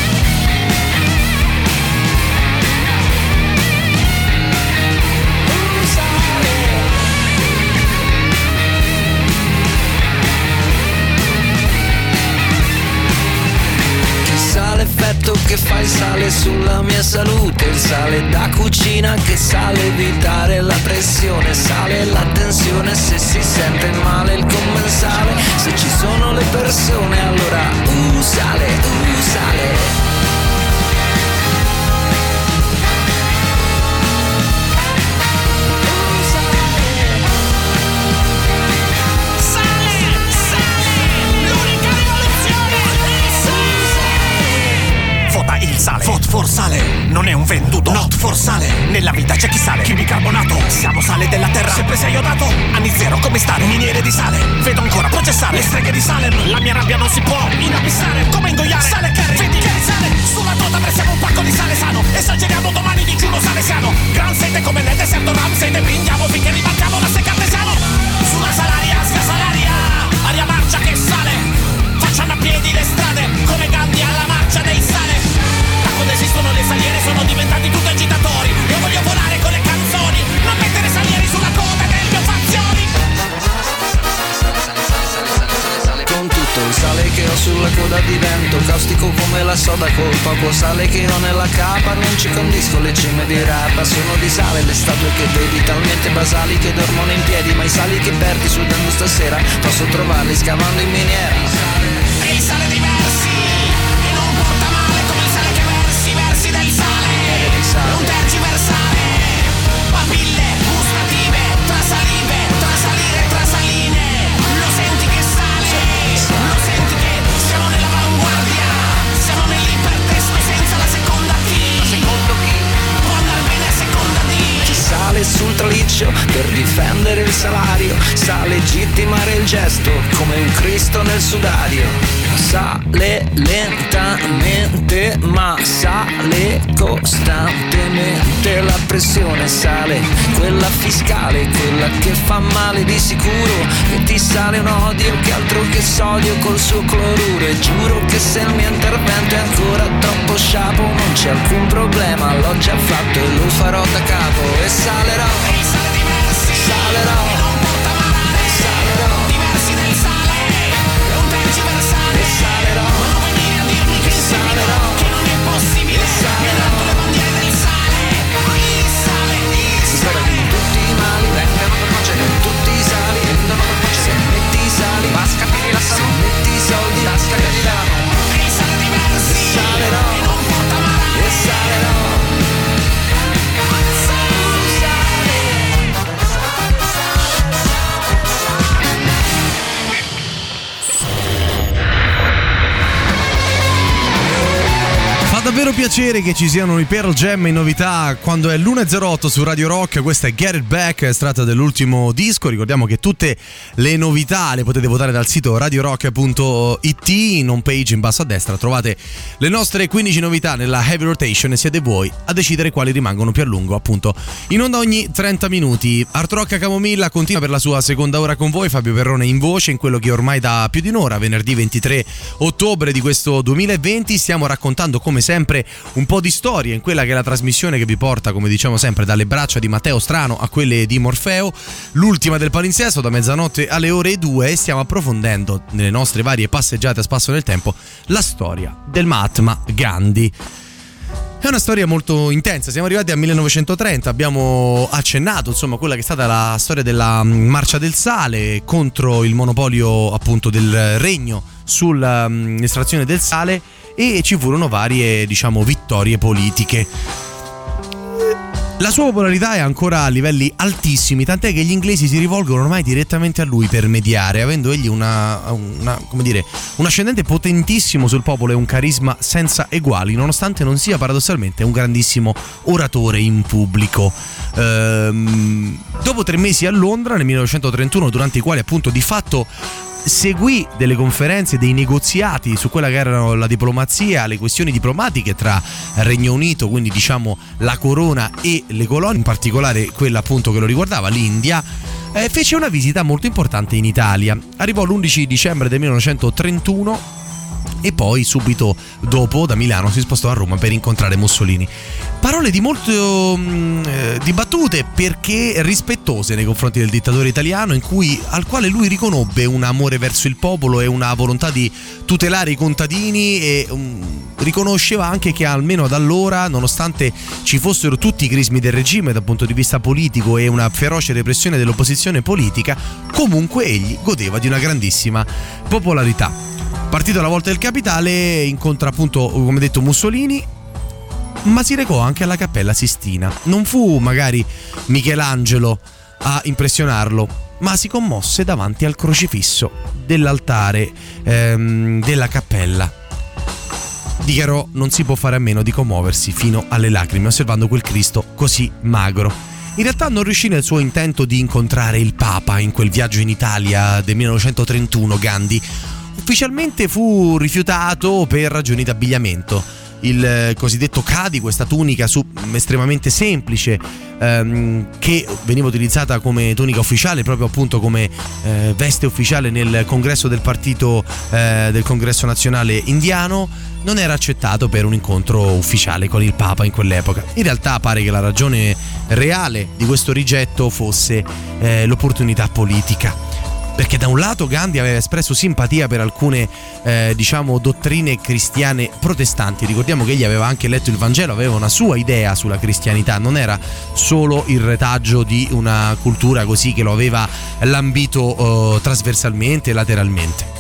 L'effetto che fa il sale sulla mia salute, il sale da cucina che sale evitare la pressione, sale la tensione se si sente male il commensale, se ci sono le persone allora sale, sale. Sale. Vote for sale, non è un venduto. Not for sale, nella vita c'è chi sale, chi bicarbonato. Siamo sale della terra, sempre sei iodato. Anni zero, come stare? Miniere di sale, vedo ancora processare le streghe di Salem. La mia rabbia non si può inabissare, come ingoiare sale Kerry, vedi che risale. Sulla tota versiamo un pacco di sale sano. Esageriamo domani digiuno salesiano. Gran sete come nel deserto Ramsey. Ne brindiamo finché ribaltiamo la seccartesiano. Sulla salaria, scasalaria, aria marcia che sale. Facciamo a piedi le strade, come Gandhi alla marcia dei sale. Quando esistono le saliere sono diventati tutti agitatori. Io voglio volare con le canzoni, non mettere salieri sulla coda del mio fazioni. Con tutto il sale che ho sulla coda divento caustico come la soda, col poco sale che ho nella capa non ci condisco le cime di rapa. Sono di sale le statue che vedi, talmente basali che dormono in piedi, ma i sali che perdi sudando stasera posso trovarli scavando in miniera. E il sale diversi e non porta male come il sale che versi del sale. È un tergiversale, papille gustative, tra salive, tra salire, tra saline. Lo senti che sale, lo senti che siamo nell'avanguardia, siamo nell'ipertesto senza la seconda T. La seconda chi? Può andare bene a seconda D. Chi sale sul traliccio per difendere il salario sa legittimare il gesto come un Cristo nel sudario. Sale lentamente ma sale costantemente. La pressione sale, quella fiscale, quella che fa male di sicuro. E ti sale un odio che altro che sodio col suo cloruro. E giuro che se il mio intervento è ancora troppo sciapo non c'è alcun problema, l'ho già fatto e lo farò da capo. E salerò, salerò, salerò, diversi del sale, è un tergiversale. salerò, ma non vuoi venire a dirmi che salerò, che non è possibile. salerò, le bandiere del sale, il sale, il spero sale. che tutti i mali vengano per pace, non tutti i sali vengono per pace. Se metti i sali, vasca ti rilassano, se metti i soldi, tasca ti arrivano. E il sale diversi, salerò, e non porta male. e salerò. Fa davvero piacere che ci siano i Pearl Jam in novità quando è l'1.08 su Radio Rock. Questa è Get It Back, estratta dell'ultimo disco. Ricordiamo che tutte le novità le potete votare dal sito radiorock.it. In home page in basso a destra trovate le nostre 15 novità nella Heavy Rotation e siete voi a decidere quali rimangono più a lungo, appunto in onda ogni 30 minuti. Art Rock a Camomilla continua per la sua seconda ora con voi. Fabio Perrone in voce in quello che ormai da più di un'ora, venerdì 23 ottobre di questo 2020, stiamo raccontando come sempre un po' di storia in quella che è la trasmissione che vi porta, come diciamo sempre, dalle braccia di Matteo Strano a quelle di Morfeo, l'ultima del palinsesto da mezzanotte alle ore 2. Stiamo approfondendo nelle nostre varie passeggiate a spasso nel tempo la storia del Mahatma Gandhi. È una storia molto intensa, siamo arrivati al 1930, abbiamo accennato insomma quella che è stata la storia della marcia del sale contro il monopolio appunto del regno sull'estrazione del sale, e ci furono varie, diciamo, vittorie politiche. La sua popolarità è ancora a livelli altissimi, tant'è che gli inglesi si rivolgono ormai direttamente a lui per mediare, avendo egli un ascendente potentissimo sul popolo e un carisma senza eguali, nonostante non sia paradossalmente un grandissimo oratore in pubblico. Dopo 3 mesi a Londra nel 1931, durante i quali appunto di fatto seguì delle conferenze, dei negoziati su quella che erano la diplomazia, le questioni diplomatiche tra Regno Unito, quindi diciamo la corona, e le colonie, in particolare quella appunto che lo riguardava, l'India. Fece una visita molto importante in Italia. Arrivò l'11 dicembre del 1931 e poi subito dopo da Milano si spostò a Roma per incontrare Mussolini. Parole di molto dibattute, perché rispettose nei confronti del dittatore italiano, al quale lui riconobbe un amore verso il popolo e una volontà di tutelare i contadini, e riconosceva anche che almeno ad allora, nonostante ci fossero tutti i crismi del regime dal punto di vista politico e una feroce repressione dell'opposizione politica, comunque egli godeva di una grandissima popolarità. Partito alla volta del capitale, incontra appunto, come detto, Mussolini, ma si recò anche alla Cappella Sistina. Non fu magari Michelangelo a impressionarlo, ma si commosse davanti al crocifisso dell'altare della cappella. Dichiarò: non si può fare a meno di commuoversi fino alle lacrime osservando quel Cristo così magro. In realtà non riuscì nel suo intento di incontrare il Papa in quel viaggio in Italia del 1931. Gandhi ufficialmente fu rifiutato per ragioni d'abbigliamento. Il cosiddetto khadi, questa tunica estremamente semplice, che veniva utilizzata come tunica ufficiale, proprio appunto come veste ufficiale nel congresso del partito del congresso nazionale indiano, non era accettato per un incontro ufficiale con il Papa in quell'epoca. In realtà pare che la ragione reale di questo rigetto fosse l'opportunità politica, perché da un lato Gandhi aveva espresso simpatia per alcune dottrine cristiane protestanti. Ricordiamo che egli aveva anche letto il Vangelo, aveva una sua idea sulla cristianità, non era solo il retaggio di una cultura così che lo aveva lambito trasversalmente e lateralmente.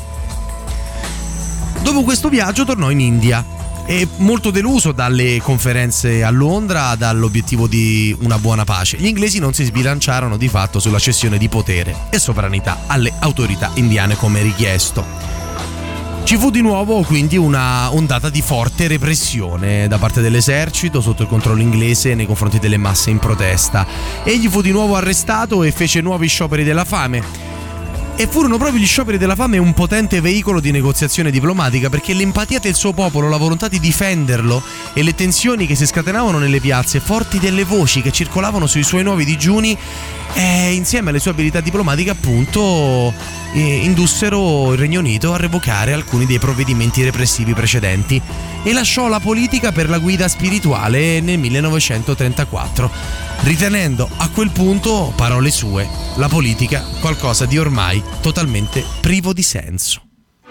Dopo questo viaggio tornò in India, e molto deluso dalle conferenze a Londra, dall'obiettivo di una buona pace. Gli inglesi non si sbilanciarono di fatto sulla cessione di potere e sovranità alle autorità indiane come richiesto. Ci fu di nuovo quindi una ondata di forte repressione da parte dell'esercito sotto il controllo inglese nei confronti delle masse in protesta. Egli fu di nuovo arrestato e fece nuovi scioperi della fame. E furono proprio gli scioperi della fame un potente veicolo di negoziazione diplomatica, perché l'empatia del suo popolo, la volontà di difenderlo e le tensioni che si scatenavano nelle piazze, forti delle voci che circolavano sui suoi nuovi digiuni, insieme alle sue abilità diplomatiche appunto, indussero il Regno Unito a revocare alcuni dei provvedimenti repressivi precedenti e lasciò la politica per la guida spirituale nel 1934, ritenendo a quel punto, parole sue, la politica qualcosa di ormai totalmente privo di senso.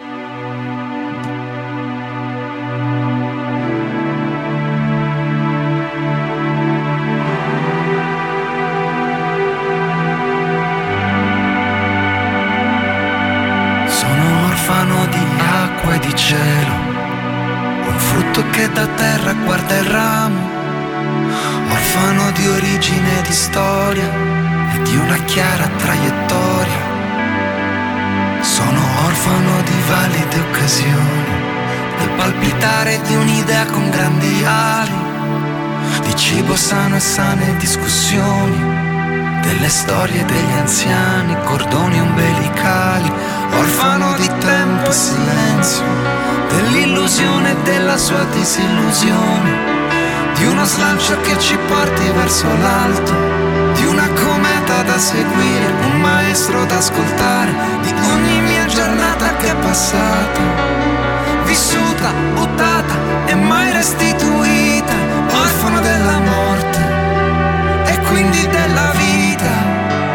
Sono orfano di acqua e di cielo, un frutto che da terra guarda il ramo, orfano di origine e di storia e di una chiara traiettoria. Sono orfano di valide occasioni, del palpitare di un'idea con grandi ali, di cibo sano e sane discussioni, delle storie degli anziani, cordoni umbilicali. Orfano di tempo e silenzio, dell'illusione e della sua disillusione, di uno slancio che ci porti verso l'alto, di una cometa da seguire, un maestro da ascoltare, di ogni mia giornata che è passata, vissuta, buttata e mai restituita, orfano della morte e quindi della vita.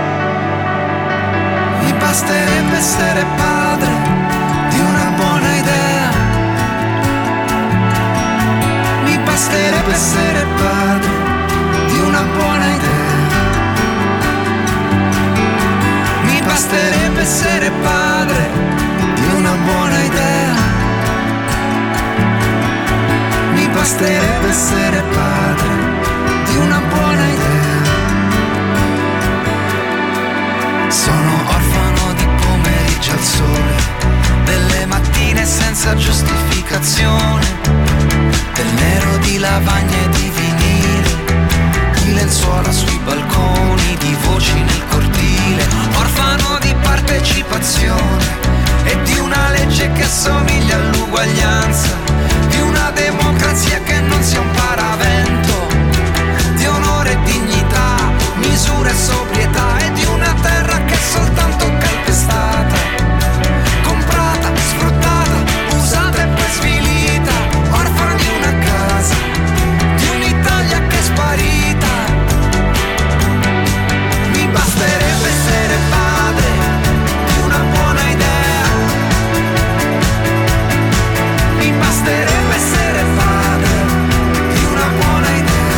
Mi basterebbe essere padre di una buona idea, mi basterebbe essere padre di una buona idea, mi basterebbe essere padre di una buona idea, mi basterebbe essere padre di una buona idea. Sono orfano di pomeriggi al sole, delle mattine senza giustificazione, del nero di lavagne e di vinile, di lenzuola sui balconi, di voci nel cortile. Orfano di partecipazione, assomiglia all'uguaglianza di una democrazia che non sia un paravento, di onore e dignità, misura e sobrietà, e di una terra che è soltanto calpestata, comprata, sfruttata, usata e poi svilita, orfana di una casa, di un'Italia che è sparita. Mi basterebbe essere padre di una buona idea, mi basterebbe essere padre di una buona idea,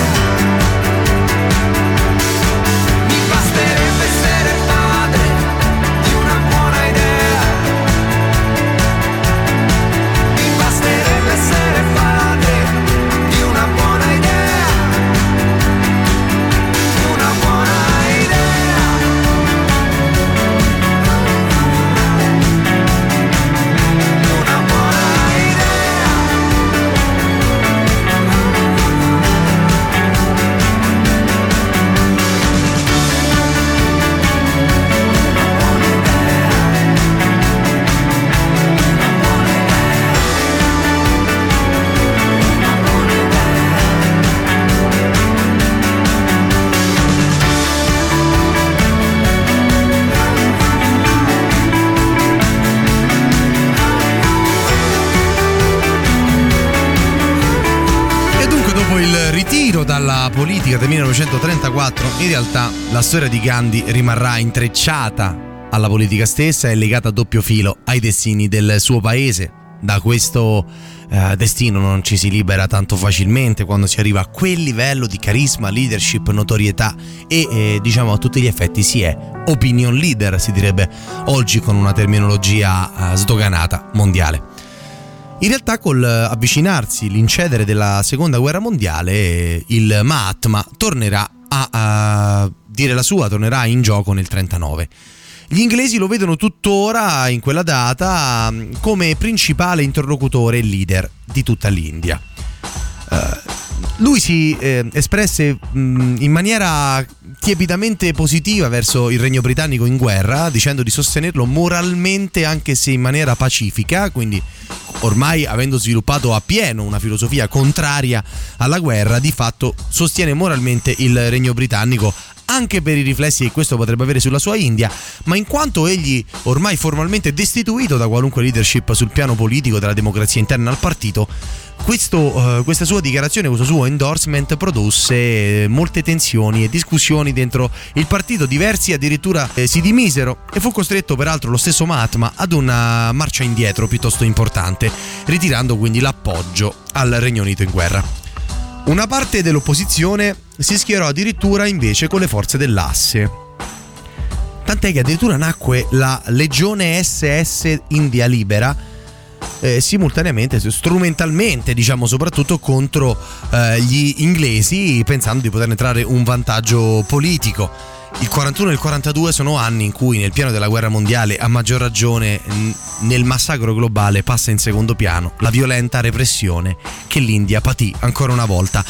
mi basterebbe essere padre di una buona idea, mi basterebbe essere padre di una buona idea, di una buona idea, di una buona idea. E dunque, dopo il ritiro dalla politica del 1934, in realtà la storia di Gandhi rimarrà intrecciata alla politica stessa e legata a doppio filo ai destini del suo paese. Da questo destino non ci si libera tanto facilmente quando si arriva a quel livello di carisma, leadership, notorietà e diciamo a tutti gli effetti si è opinion leader, si direbbe oggi con una terminologia sdoganata, mondiale. In realtà col avvicinarsi, l'incedere della seconda guerra mondiale, il Mahatma tornerà a dire la sua, tornerà in gioco nel 1939. Gli inglesi lo vedono tuttora in quella data come principale interlocutore e leader di tutta l'India. Lui si espresse in maniera tiepidamente positiva verso il Regno Britannico in guerra, dicendo di sostenerlo moralmente anche se in maniera pacifica, quindi ormai avendo sviluppato appieno una filosofia contraria alla guerra, di fatto sostiene moralmente il Regno Britannico anche per i riflessi che questo potrebbe avere sulla sua India, ma in quanto egli ormai formalmente destituito da qualunque leadership sul piano politico della democrazia interna al partito, questa sua dichiarazione, questo suo endorsement produsse molte tensioni e discussioni dentro il partito. Diversi addirittura si dimisero e fu costretto peraltro lo stesso Mahatma ad una marcia indietro piuttosto importante, ritirando quindi l'appoggio al Regno Unito in guerra. Una parte dell'opposizione si schierò addirittura invece con le forze dell'asse, tant'è che addirittura nacque la Legione SS India Libera, simultaneamente, strumentalmente diciamo, soprattutto contro gli inglesi, pensando di poterne trarre un vantaggio politico. Il 41 e il 42 sono anni in cui nel piano della guerra mondiale, a maggior ragione nel massacro globale, passa in secondo piano la violenta repressione che l'India patì ancora una volta.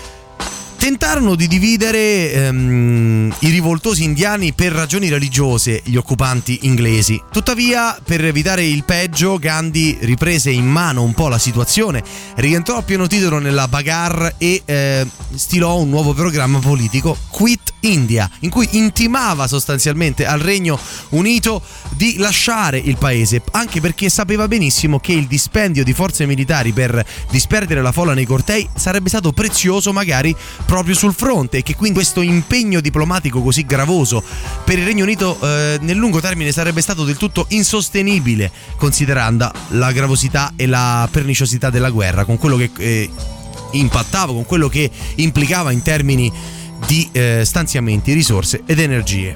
Tentarono di dividere i rivoltosi indiani per ragioni religiose, gli occupanti inglesi. Tuttavia, per evitare il peggio, Gandhi riprese in mano un po' la situazione, rientrò a pieno titolo nella bagarre e stilò un nuovo programma politico, Quit India, in cui intimava sostanzialmente al Regno Unito di lasciare il paese, anche perché sapeva benissimo che il dispendio di forze militari per disperdere la folla nei cortei sarebbe stato prezioso magari proprio sul fronte, e che quindi questo impegno diplomatico così gravoso per il Regno Unito nel lungo termine sarebbe stato del tutto insostenibile, considerando la gravosità e la perniciosità della guerra, con quello che impattava, con quello che implicava in termini di stanziamenti, risorse ed energie.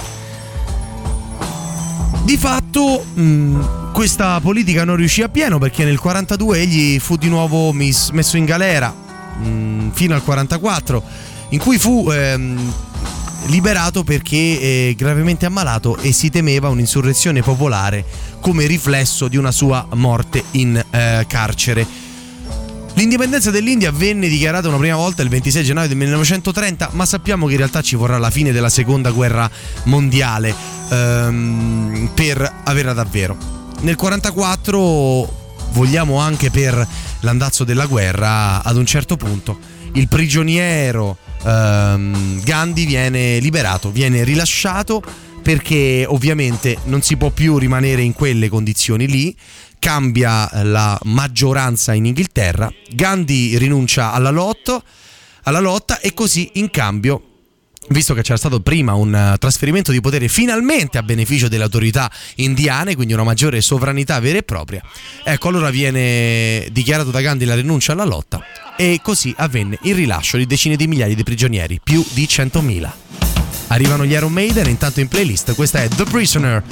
Di fatto questa politica non riuscì appieno, perché nel 42 egli fu di nuovo messo in galera fino al 44, in cui fu liberato perché gravemente ammalato e si temeva un'insurrezione popolare come riflesso di una sua morte in carcere. L'indipendenza dell'India venne dichiarata una prima volta il 26 gennaio del 1930, ma sappiamo che in realtà ci vorrà la fine della seconda guerra mondiale per averla davvero. nel 44 vogliamo anche per l'andazzo della guerra, ad un certo punto il prigioniero Gandhi viene liberato, viene rilasciato, perché ovviamente non si può più rimanere in quelle condizioni lì. Cambia la maggioranza in Inghilterra, Gandhi rinuncia alla lotta e così in cambio, visto che c'era stato prima un trasferimento di potere finalmente a beneficio delle autorità indiane, quindi una maggiore sovranità vera e propria, ecco, allora viene dichiarato da Gandhi la rinuncia alla lotta e così avvenne il rilascio di decine di migliaia di prigionieri, più di 100.000. Arrivano gli Iron Maiden, intanto in playlist questa è The Prisoner.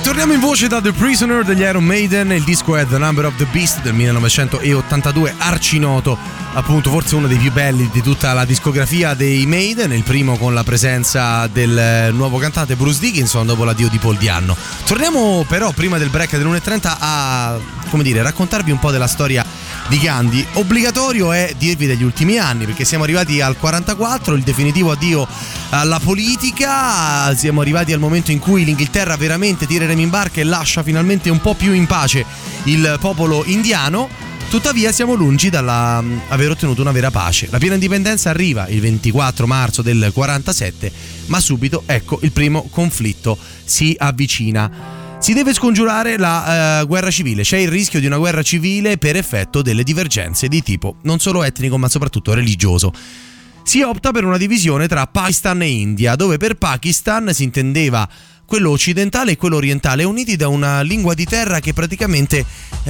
torniamo in voce da The Prisoner degli Iron Maiden. Il disco è The Number of the Beast del 1982, arcinoto, appunto forse uno dei più belli di tutta la discografia dei Maiden, il primo con la presenza del nuovo cantante Bruce Dickinson dopo l'addio di Paul Di'Anno. Torniamo però prima del break dell'1:30 a, come dire, raccontarvi un po' della storia di Gandhi. Obbligatorio è dirvi degli ultimi anni, perché siamo arrivati al 44, il definitivo addio alla politica, siamo arrivati al momento in cui l'Inghilterra veramente tira i remi in barca e lascia finalmente un po' più in pace il popolo indiano. Tuttavia siamo lungi dall'aver ottenuto una vera pace. La piena indipendenza arriva il 24 marzo del 47, ma subito, ecco, il primo conflitto si avvicina. Si deve scongiurare la guerra civile, c'è il rischio di una guerra civile per effetto delle divergenze di tipo non solo etnico ma soprattutto religioso. Si opta per una divisione tra Pakistan e India, dove per Pakistan si intendeva quello occidentale e quello orientale, uniti da una lingua di terra che praticamente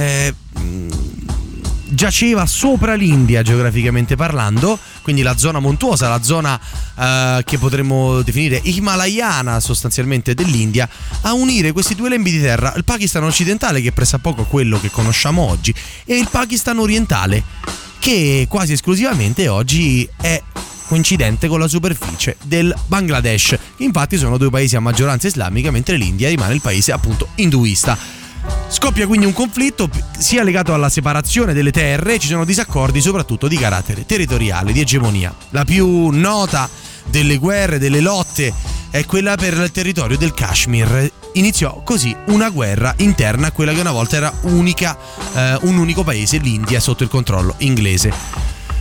giaceva sopra l'India geograficamente parlando, quindi la zona montuosa, la zona che potremmo definire himalayana sostanzialmente dell'India, a unire questi due lembi di terra, il Pakistan occidentale, che è pressappoco quello che conosciamo oggi, e il Pakistan orientale, che quasi esclusivamente oggi è coincidente con la superficie del Bangladesh, che infatti sono due paesi a maggioranza islamica, mentre l'India rimane il paese appunto induista. Scoppia quindi un conflitto sia legato alla separazione delle terre, ci sono disaccordi soprattutto di carattere territoriale, di egemonia. La più nota delle guerre, delle lotte, è quella per il territorio del Kashmir. Iniziò così una guerra interna a quella che una volta era un unico paese, l'India, sotto il controllo inglese.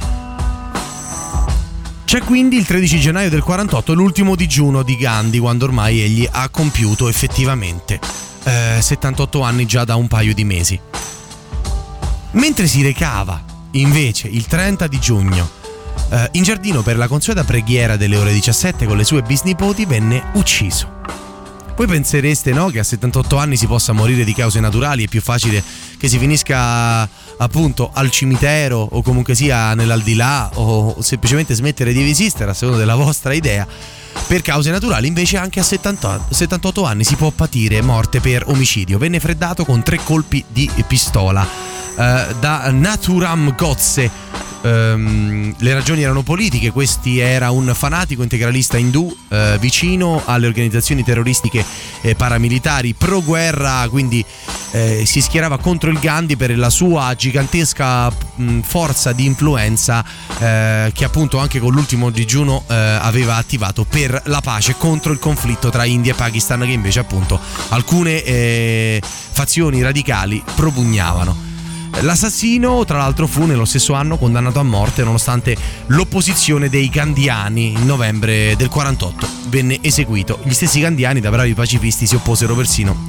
C'è quindi il 13 gennaio del 48, l'ultimo digiuno di Gandhi, quando ormai egli ha compiuto effettivamente 78 anni già da un paio di mesi. Mentre si recava invece il 30 di giugno in giardino per la consueta preghiera delle ore 17 con le sue bisnipoti, venne ucciso. Voi pensereste, no, che a 78 anni si possa morire di cause naturali, è più facile che si finisca appunto al cimitero o comunque sia nell'aldilà, o semplicemente smettere di esistere a seconda della vostra idea. Per cause naturali invece anche a 78 anni si può patire morte per omicidio. Venne freddato con 3 colpi di pistola da Nathuram Godse. Le ragioni erano politiche. Questi era un fanatico integralista indù vicino alle organizzazioni terroristiche paramilitari pro guerra, quindi si schierava contro il Gandhi per la sua gigantesca forza di influenza che appunto anche con l'ultimo digiuno aveva attivato per la pace contro il conflitto tra India e Pakistan, che invece appunto alcune fazioni radicali propugnavano. L'assassino, tra l'altro, fu nello stesso anno condannato a morte nonostante l'opposizione dei gandhiani. In novembre del 48 venne eseguito. Gli stessi gandhiani, da bravi pacifisti, si opposero persino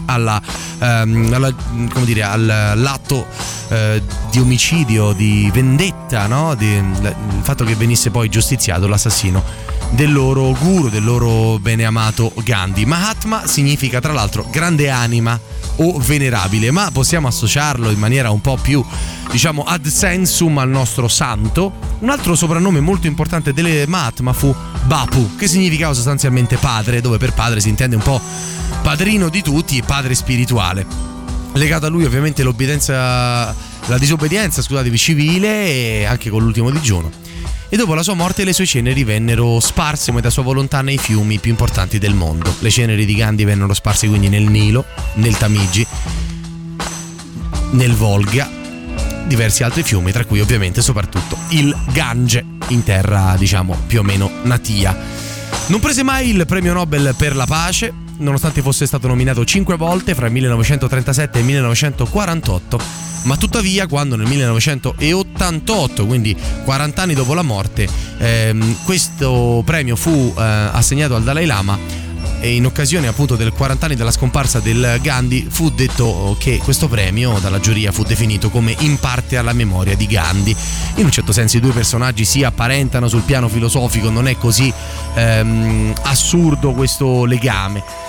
all'atto di omicidio, di vendetta, no? Il fatto che venisse poi giustiziato l'assassino del loro guru, del loro beneamato Gandhi. Mahatma significa tra l'altro grande anima o venerabile, ma possiamo associarlo in maniera un po' più, diciamo, ad sensum al nostro santo. Un altro soprannome molto importante delle Mahatma fu Bapu, che significava sostanzialmente padre, dove per padre si intende un po' padrino di tutti e padre spirituale. Legato a lui ovviamente la disobbedienza, civile, e anche con l'ultimo digiuno. E dopo la sua morte le sue ceneri vennero sparse come da sua volontà nei fiumi più importanti del mondo. Le ceneri di Gandhi vennero sparse quindi nel Nilo, nel Tamigi, nel Volga, diversi altri fiumi, tra cui ovviamente soprattutto il Gange, in terra diciamo più o meno natia. Non prese mai il premio Nobel per la pace, nonostante fosse stato nominato 5 volte fra il 1937 e il 1948, ma tuttavia quando nel 1988, quindi 40 anni dopo la morte, questo premio fu assegnato al Dalai Lama, e in occasione appunto del 40 anni dalla scomparsa del Gandhi fu detto che questo premio dalla giuria fu definito come in parte alla memoria di Gandhi. In un certo senso i due personaggi si apparentano sul piano filosofico, non è così assurdo questo legame.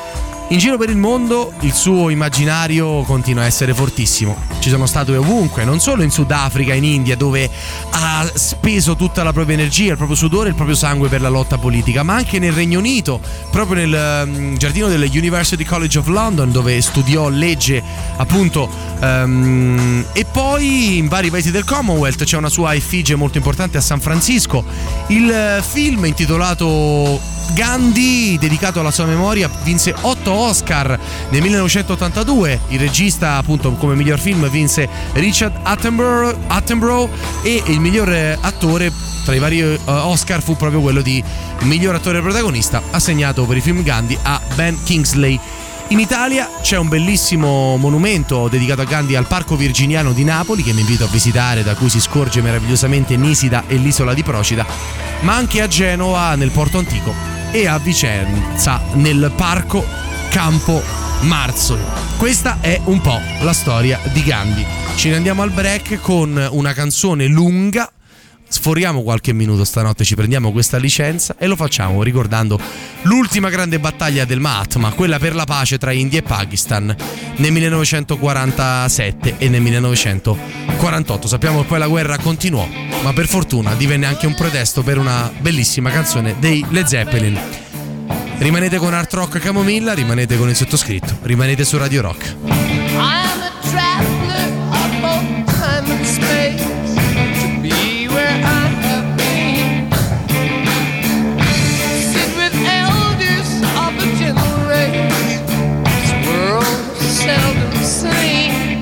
In giro per il mondo il suo immaginario continua a essere fortissimo. Ci sono statue ovunque, non solo in Sudafrica, in India, dove ha speso tutta la propria energia, il proprio sudore, il proprio sangue per la lotta politica, ma anche nel Regno Unito, proprio nel giardino delle University College of London, dove studiò legge, appunto, e poi in vari paesi del Commonwealth. C'è una sua effigie molto importante a San Francisco. Il film intitolato Gandhi, dedicato alla sua memoria, vinse 8 Oscar nel 1982. Il regista, appunto, come miglior film vinse Richard Attenborough, e il miglior attore tra i vari Oscar fu proprio quello di miglior attore protagonista, assegnato per il film Gandhi a Ben Kingsley. In Italia c'è un bellissimo monumento dedicato a Gandhi al Parco Virginiano di Napoli, che mi invito a visitare, da cui si scorge meravigliosamente Nisida e l'isola di Procida, ma anche a Genova nel Porto Antico e a Vicenza nel Parco Campo Marzio. Questa è un po' la storia di Gandhi. Ce ne andiamo al break con una canzone lunga. Sforiamo qualche minuto stanotte, ci prendiamo questa licenza e lo facciamo ricordando l'ultima grande battaglia del Mahatma, quella per la pace tra India e Pakistan nel 1947 e nel 1948. Sappiamo che poi la guerra continuò, ma per fortuna divenne anche un pretesto per una bellissima canzone dei Led Zeppelin. Rimanete con Art Rock Camomilla, rimanete con il sottoscritto, rimanete su Radio Rock. I'm a traveler of both time and space, to be where I have been. Sit with elders of a gentle race, this world is seldom seen.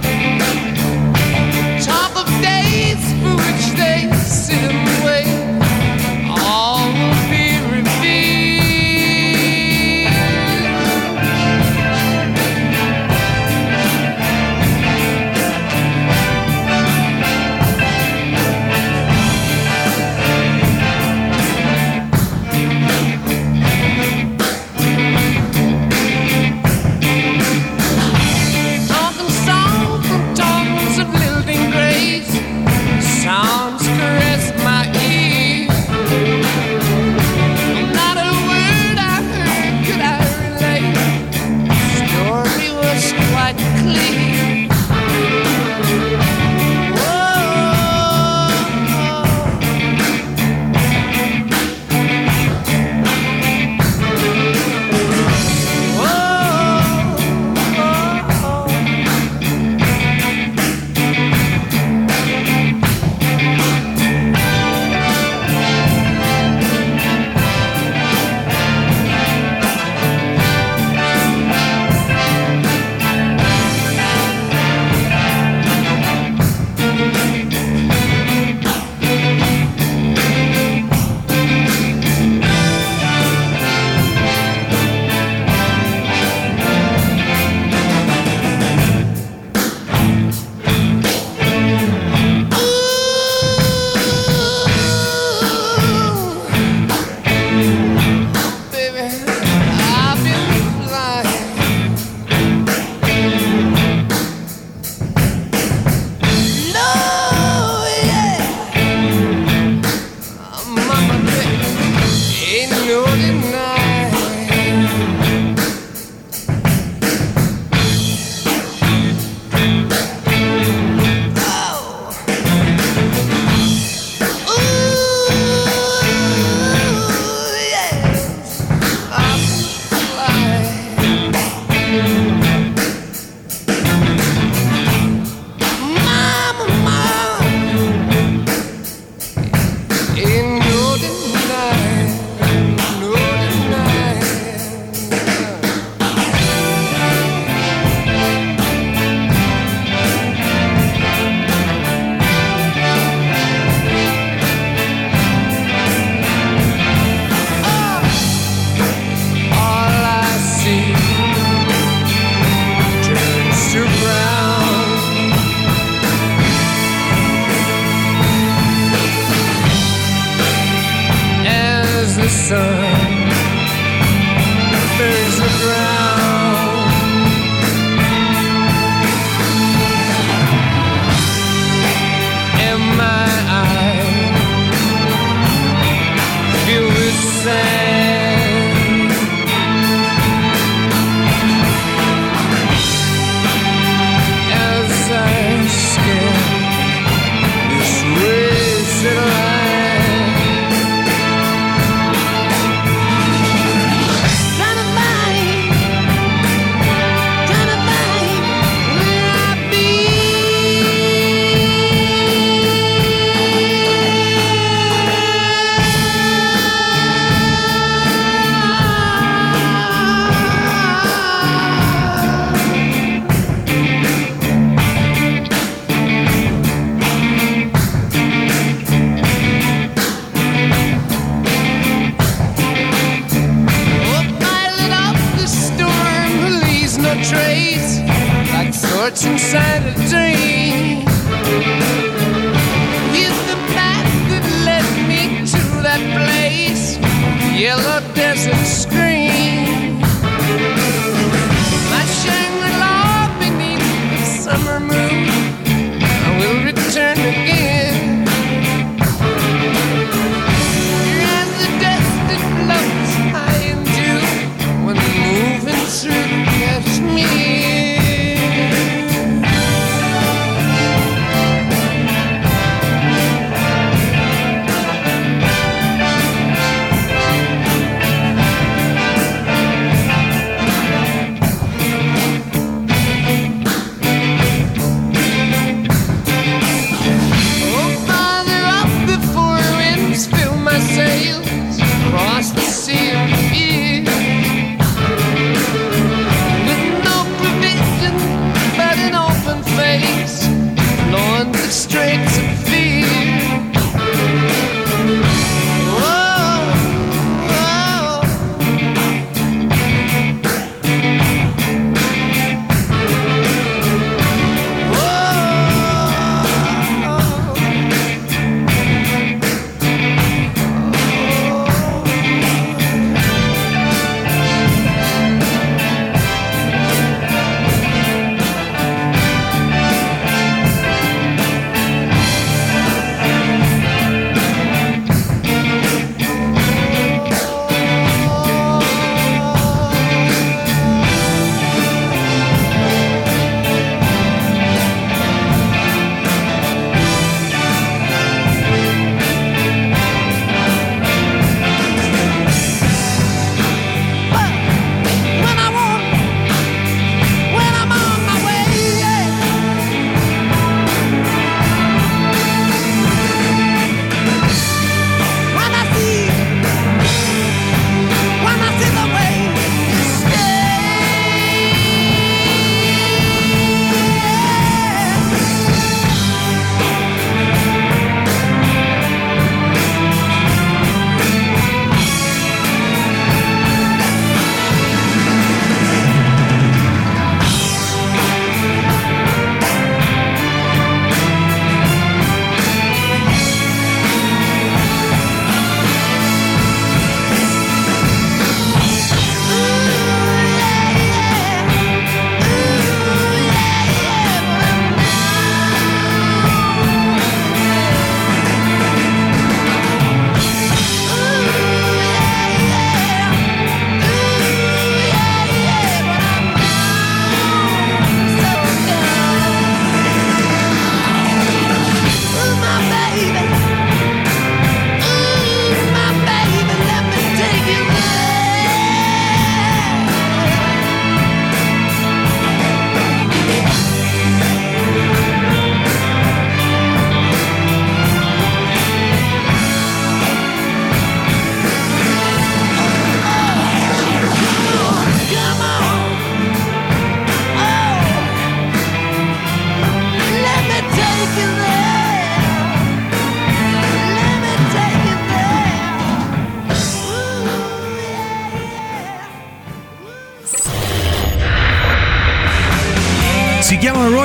Talk of days for which they sit and wait, all will be revealed. Sounds caress my ear. Not a word I heard could I relate. The story was quite clear.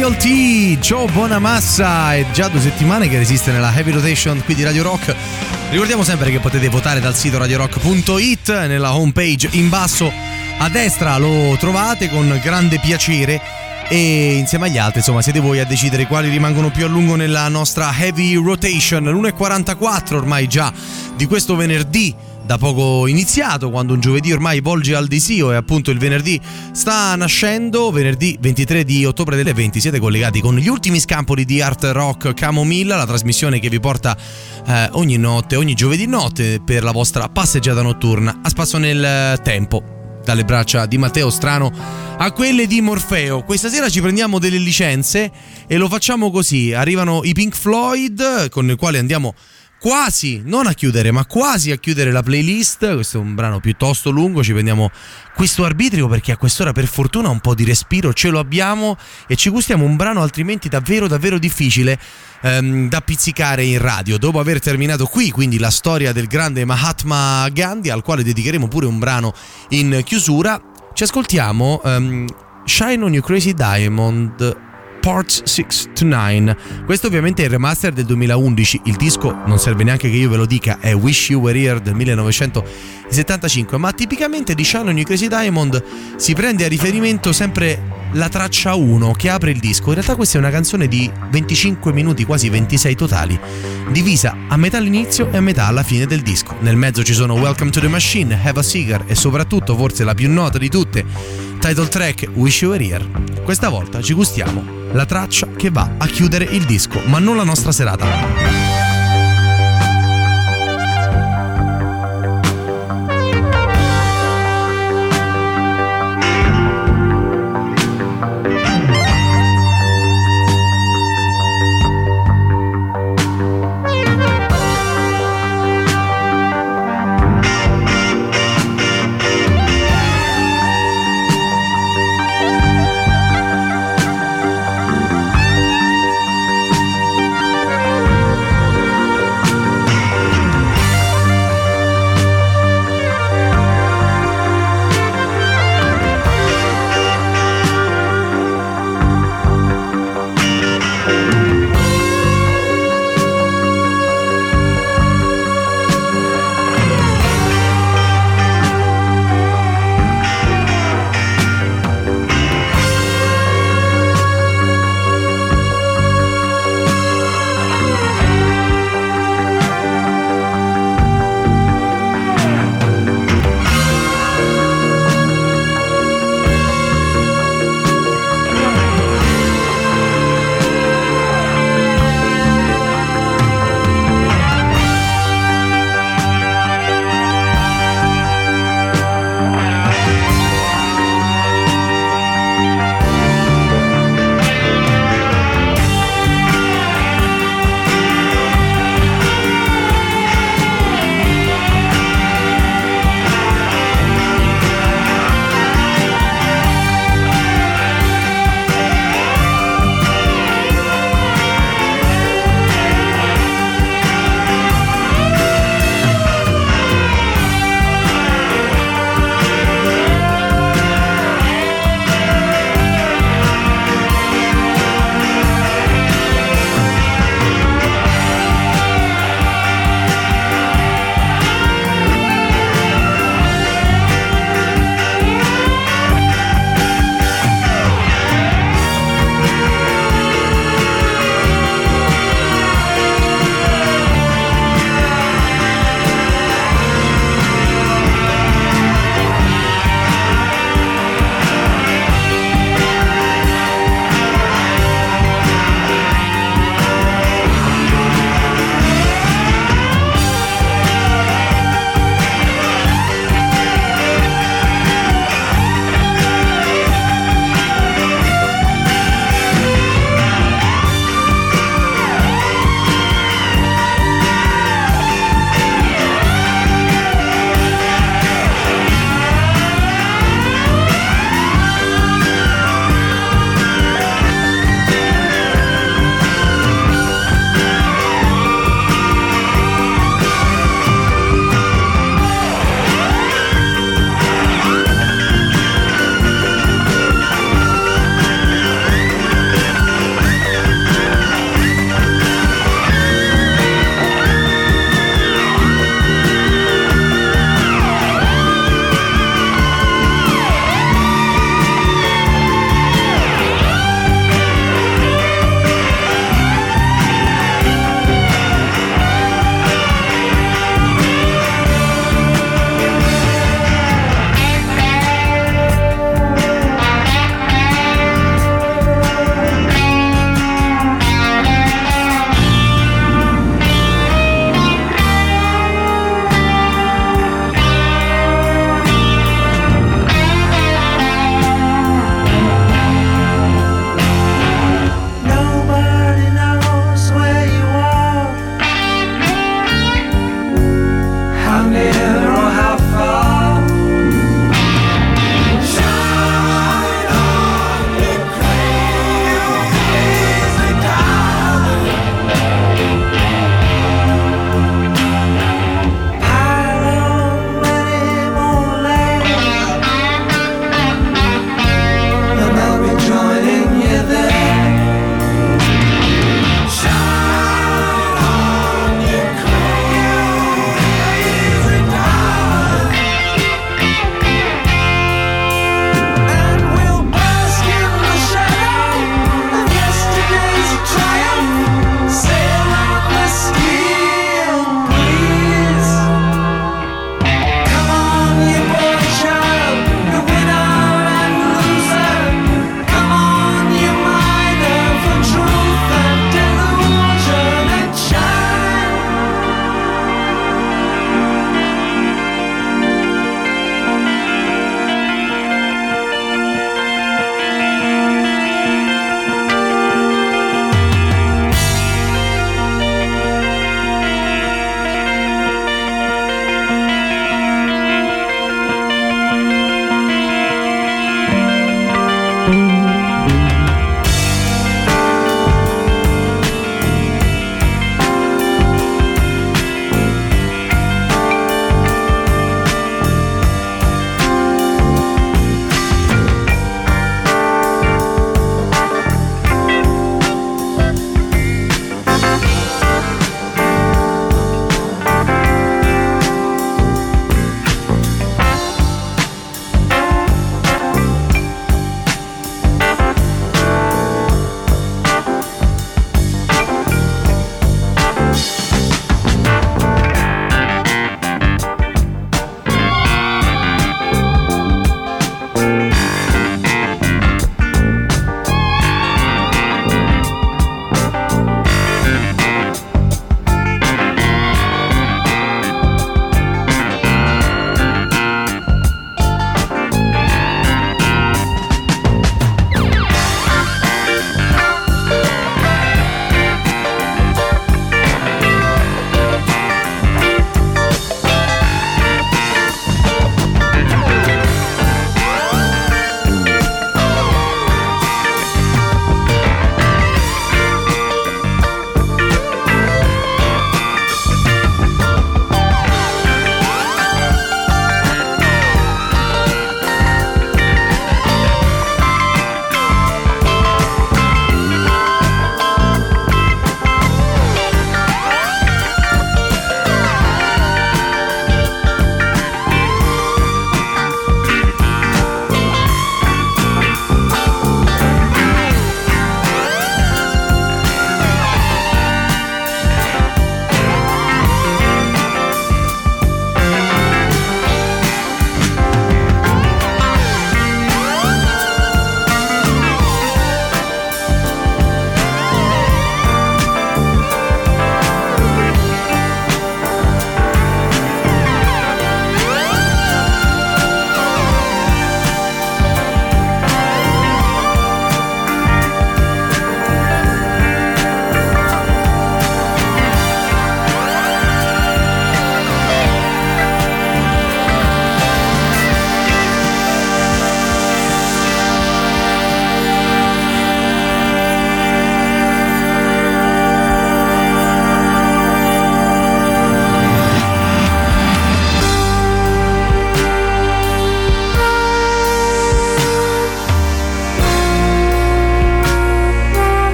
Royalty, Joe Bonamassa, è già 2 settimane che resiste nella Heavy Rotation qui di Radio Rock. Ricordiamo sempre che potete votare dal sito radiorock.it, nella homepage in basso a destra lo trovate con grande piacere e insieme agli altri insomma siete voi a decidere quali rimangono più a lungo nella nostra Heavy Rotation. L'1:44 ormai già di questo venerdì, da poco iniziato, quando un giovedì ormai volge al disio e appunto il venerdì sta nascendo, venerdì 23 di ottobre delle 20. Siete collegati con gli ultimi scampoli di Art Rock Camomilla, la trasmissione che vi porta ogni notte, ogni giovedì notte per la vostra passeggiata notturna a spasso nel tempo, dalle braccia di Matteo Strano a quelle di Morfeo. Questa sera ci prendiamo delle licenze e lo facciamo così: arrivano i Pink Floyd, con i quali andiamo quasi, non a chiudere, ma quasi a chiudere la playlist. Questo è un brano piuttosto lungo, ci prendiamo questo arbitrio perché a quest'ora per fortuna un po' di respiro ce lo abbiamo e ci gustiamo un brano altrimenti davvero davvero difficile da pizzicare in radio. Dopo aver terminato qui quindi la storia del grande Mahatma Gandhi, al quale dedicheremo pure un brano in chiusura, ci ascoltiamo Shine on You Crazy Diamond Parts 6 to 9. Questo ovviamente è il remaster del 2011. Il disco, non serve neanche che io ve lo dica, è Wish You Were Here del 1975, ma tipicamente di Shine on You Crazy Diamond si prende a riferimento sempre la traccia 1 che apre il disco. In realtà questa è una canzone di 25 minuti, quasi 26 totali, divisa a metà all'inizio e a metà alla fine del disco. Nel mezzo ci sono Welcome to the Machine, Have a Cigar e soprattutto, forse la più nota di tutte, title track Wish You Were Here. Questa volta ci gustiamo la traccia che va a chiudere il disco, ma non la nostra serata.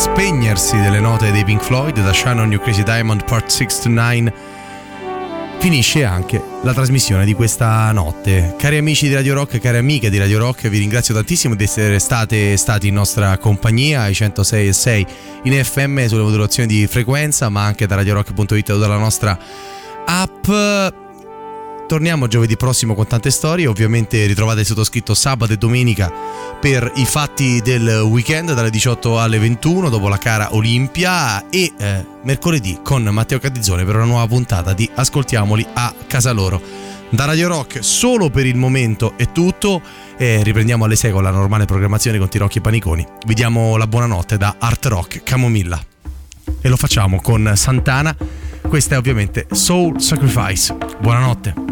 spegnersi delle note dei Pink Floyd, da Shine on You Crazy Diamond Part 6 to 9, finisce anche la trasmissione di questa notte. Cari amici di Radio Rock, cari amiche di Radio Rock, vi ringrazio tantissimo di essere stati in nostra compagnia ai 106.6 in FM sulle modulazioni di frequenza, ma anche da radiorock.it o dalla nostra app. Torniamo giovedì prossimo con tante storie. Ovviamente ritrovate il sottoscritto sabato e domenica per i fatti del weekend dalle 18 alle 21 dopo la cara Olimpia, e mercoledì con Matteo Catizzone per una nuova puntata di Ascoltiamoli a casa loro. Da Radio Rock solo per il momento è tutto, e riprendiamo alle 6 con la normale programmazione con Tirocchi e Paniconi. Vi diamo la buonanotte da Art Rock Camomilla e lo facciamo con Santana. Questa è ovviamente Soul Sacrifice. Buonanotte.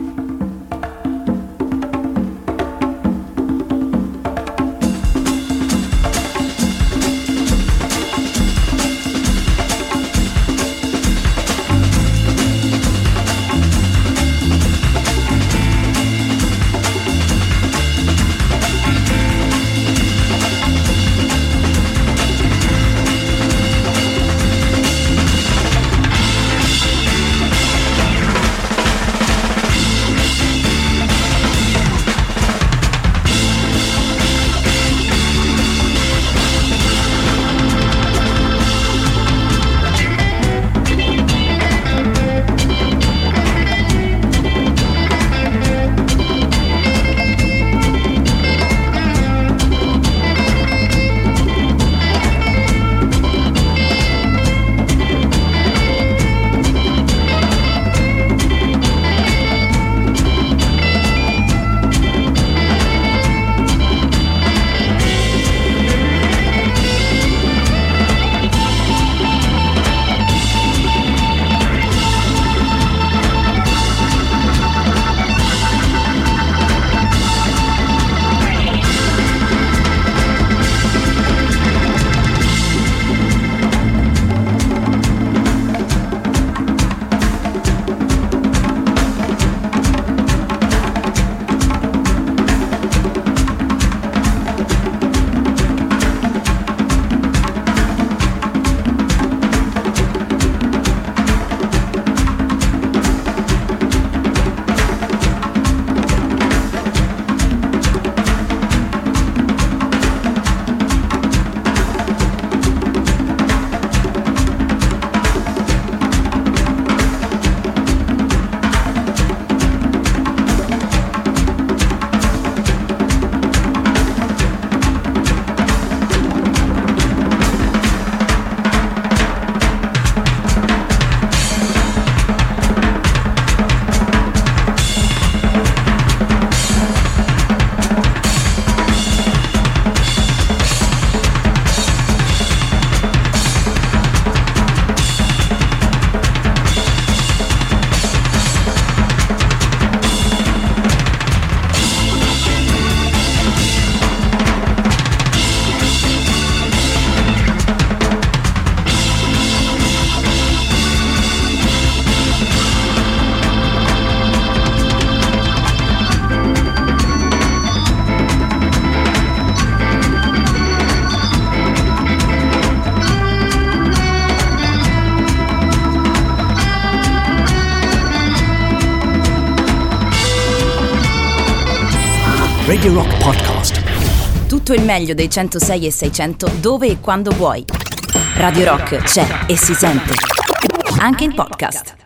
Radio Rock Podcast. Tutto il meglio dei 106 e 600 dove e quando vuoi. Radio Rock c'è e si sente. Anche in podcast.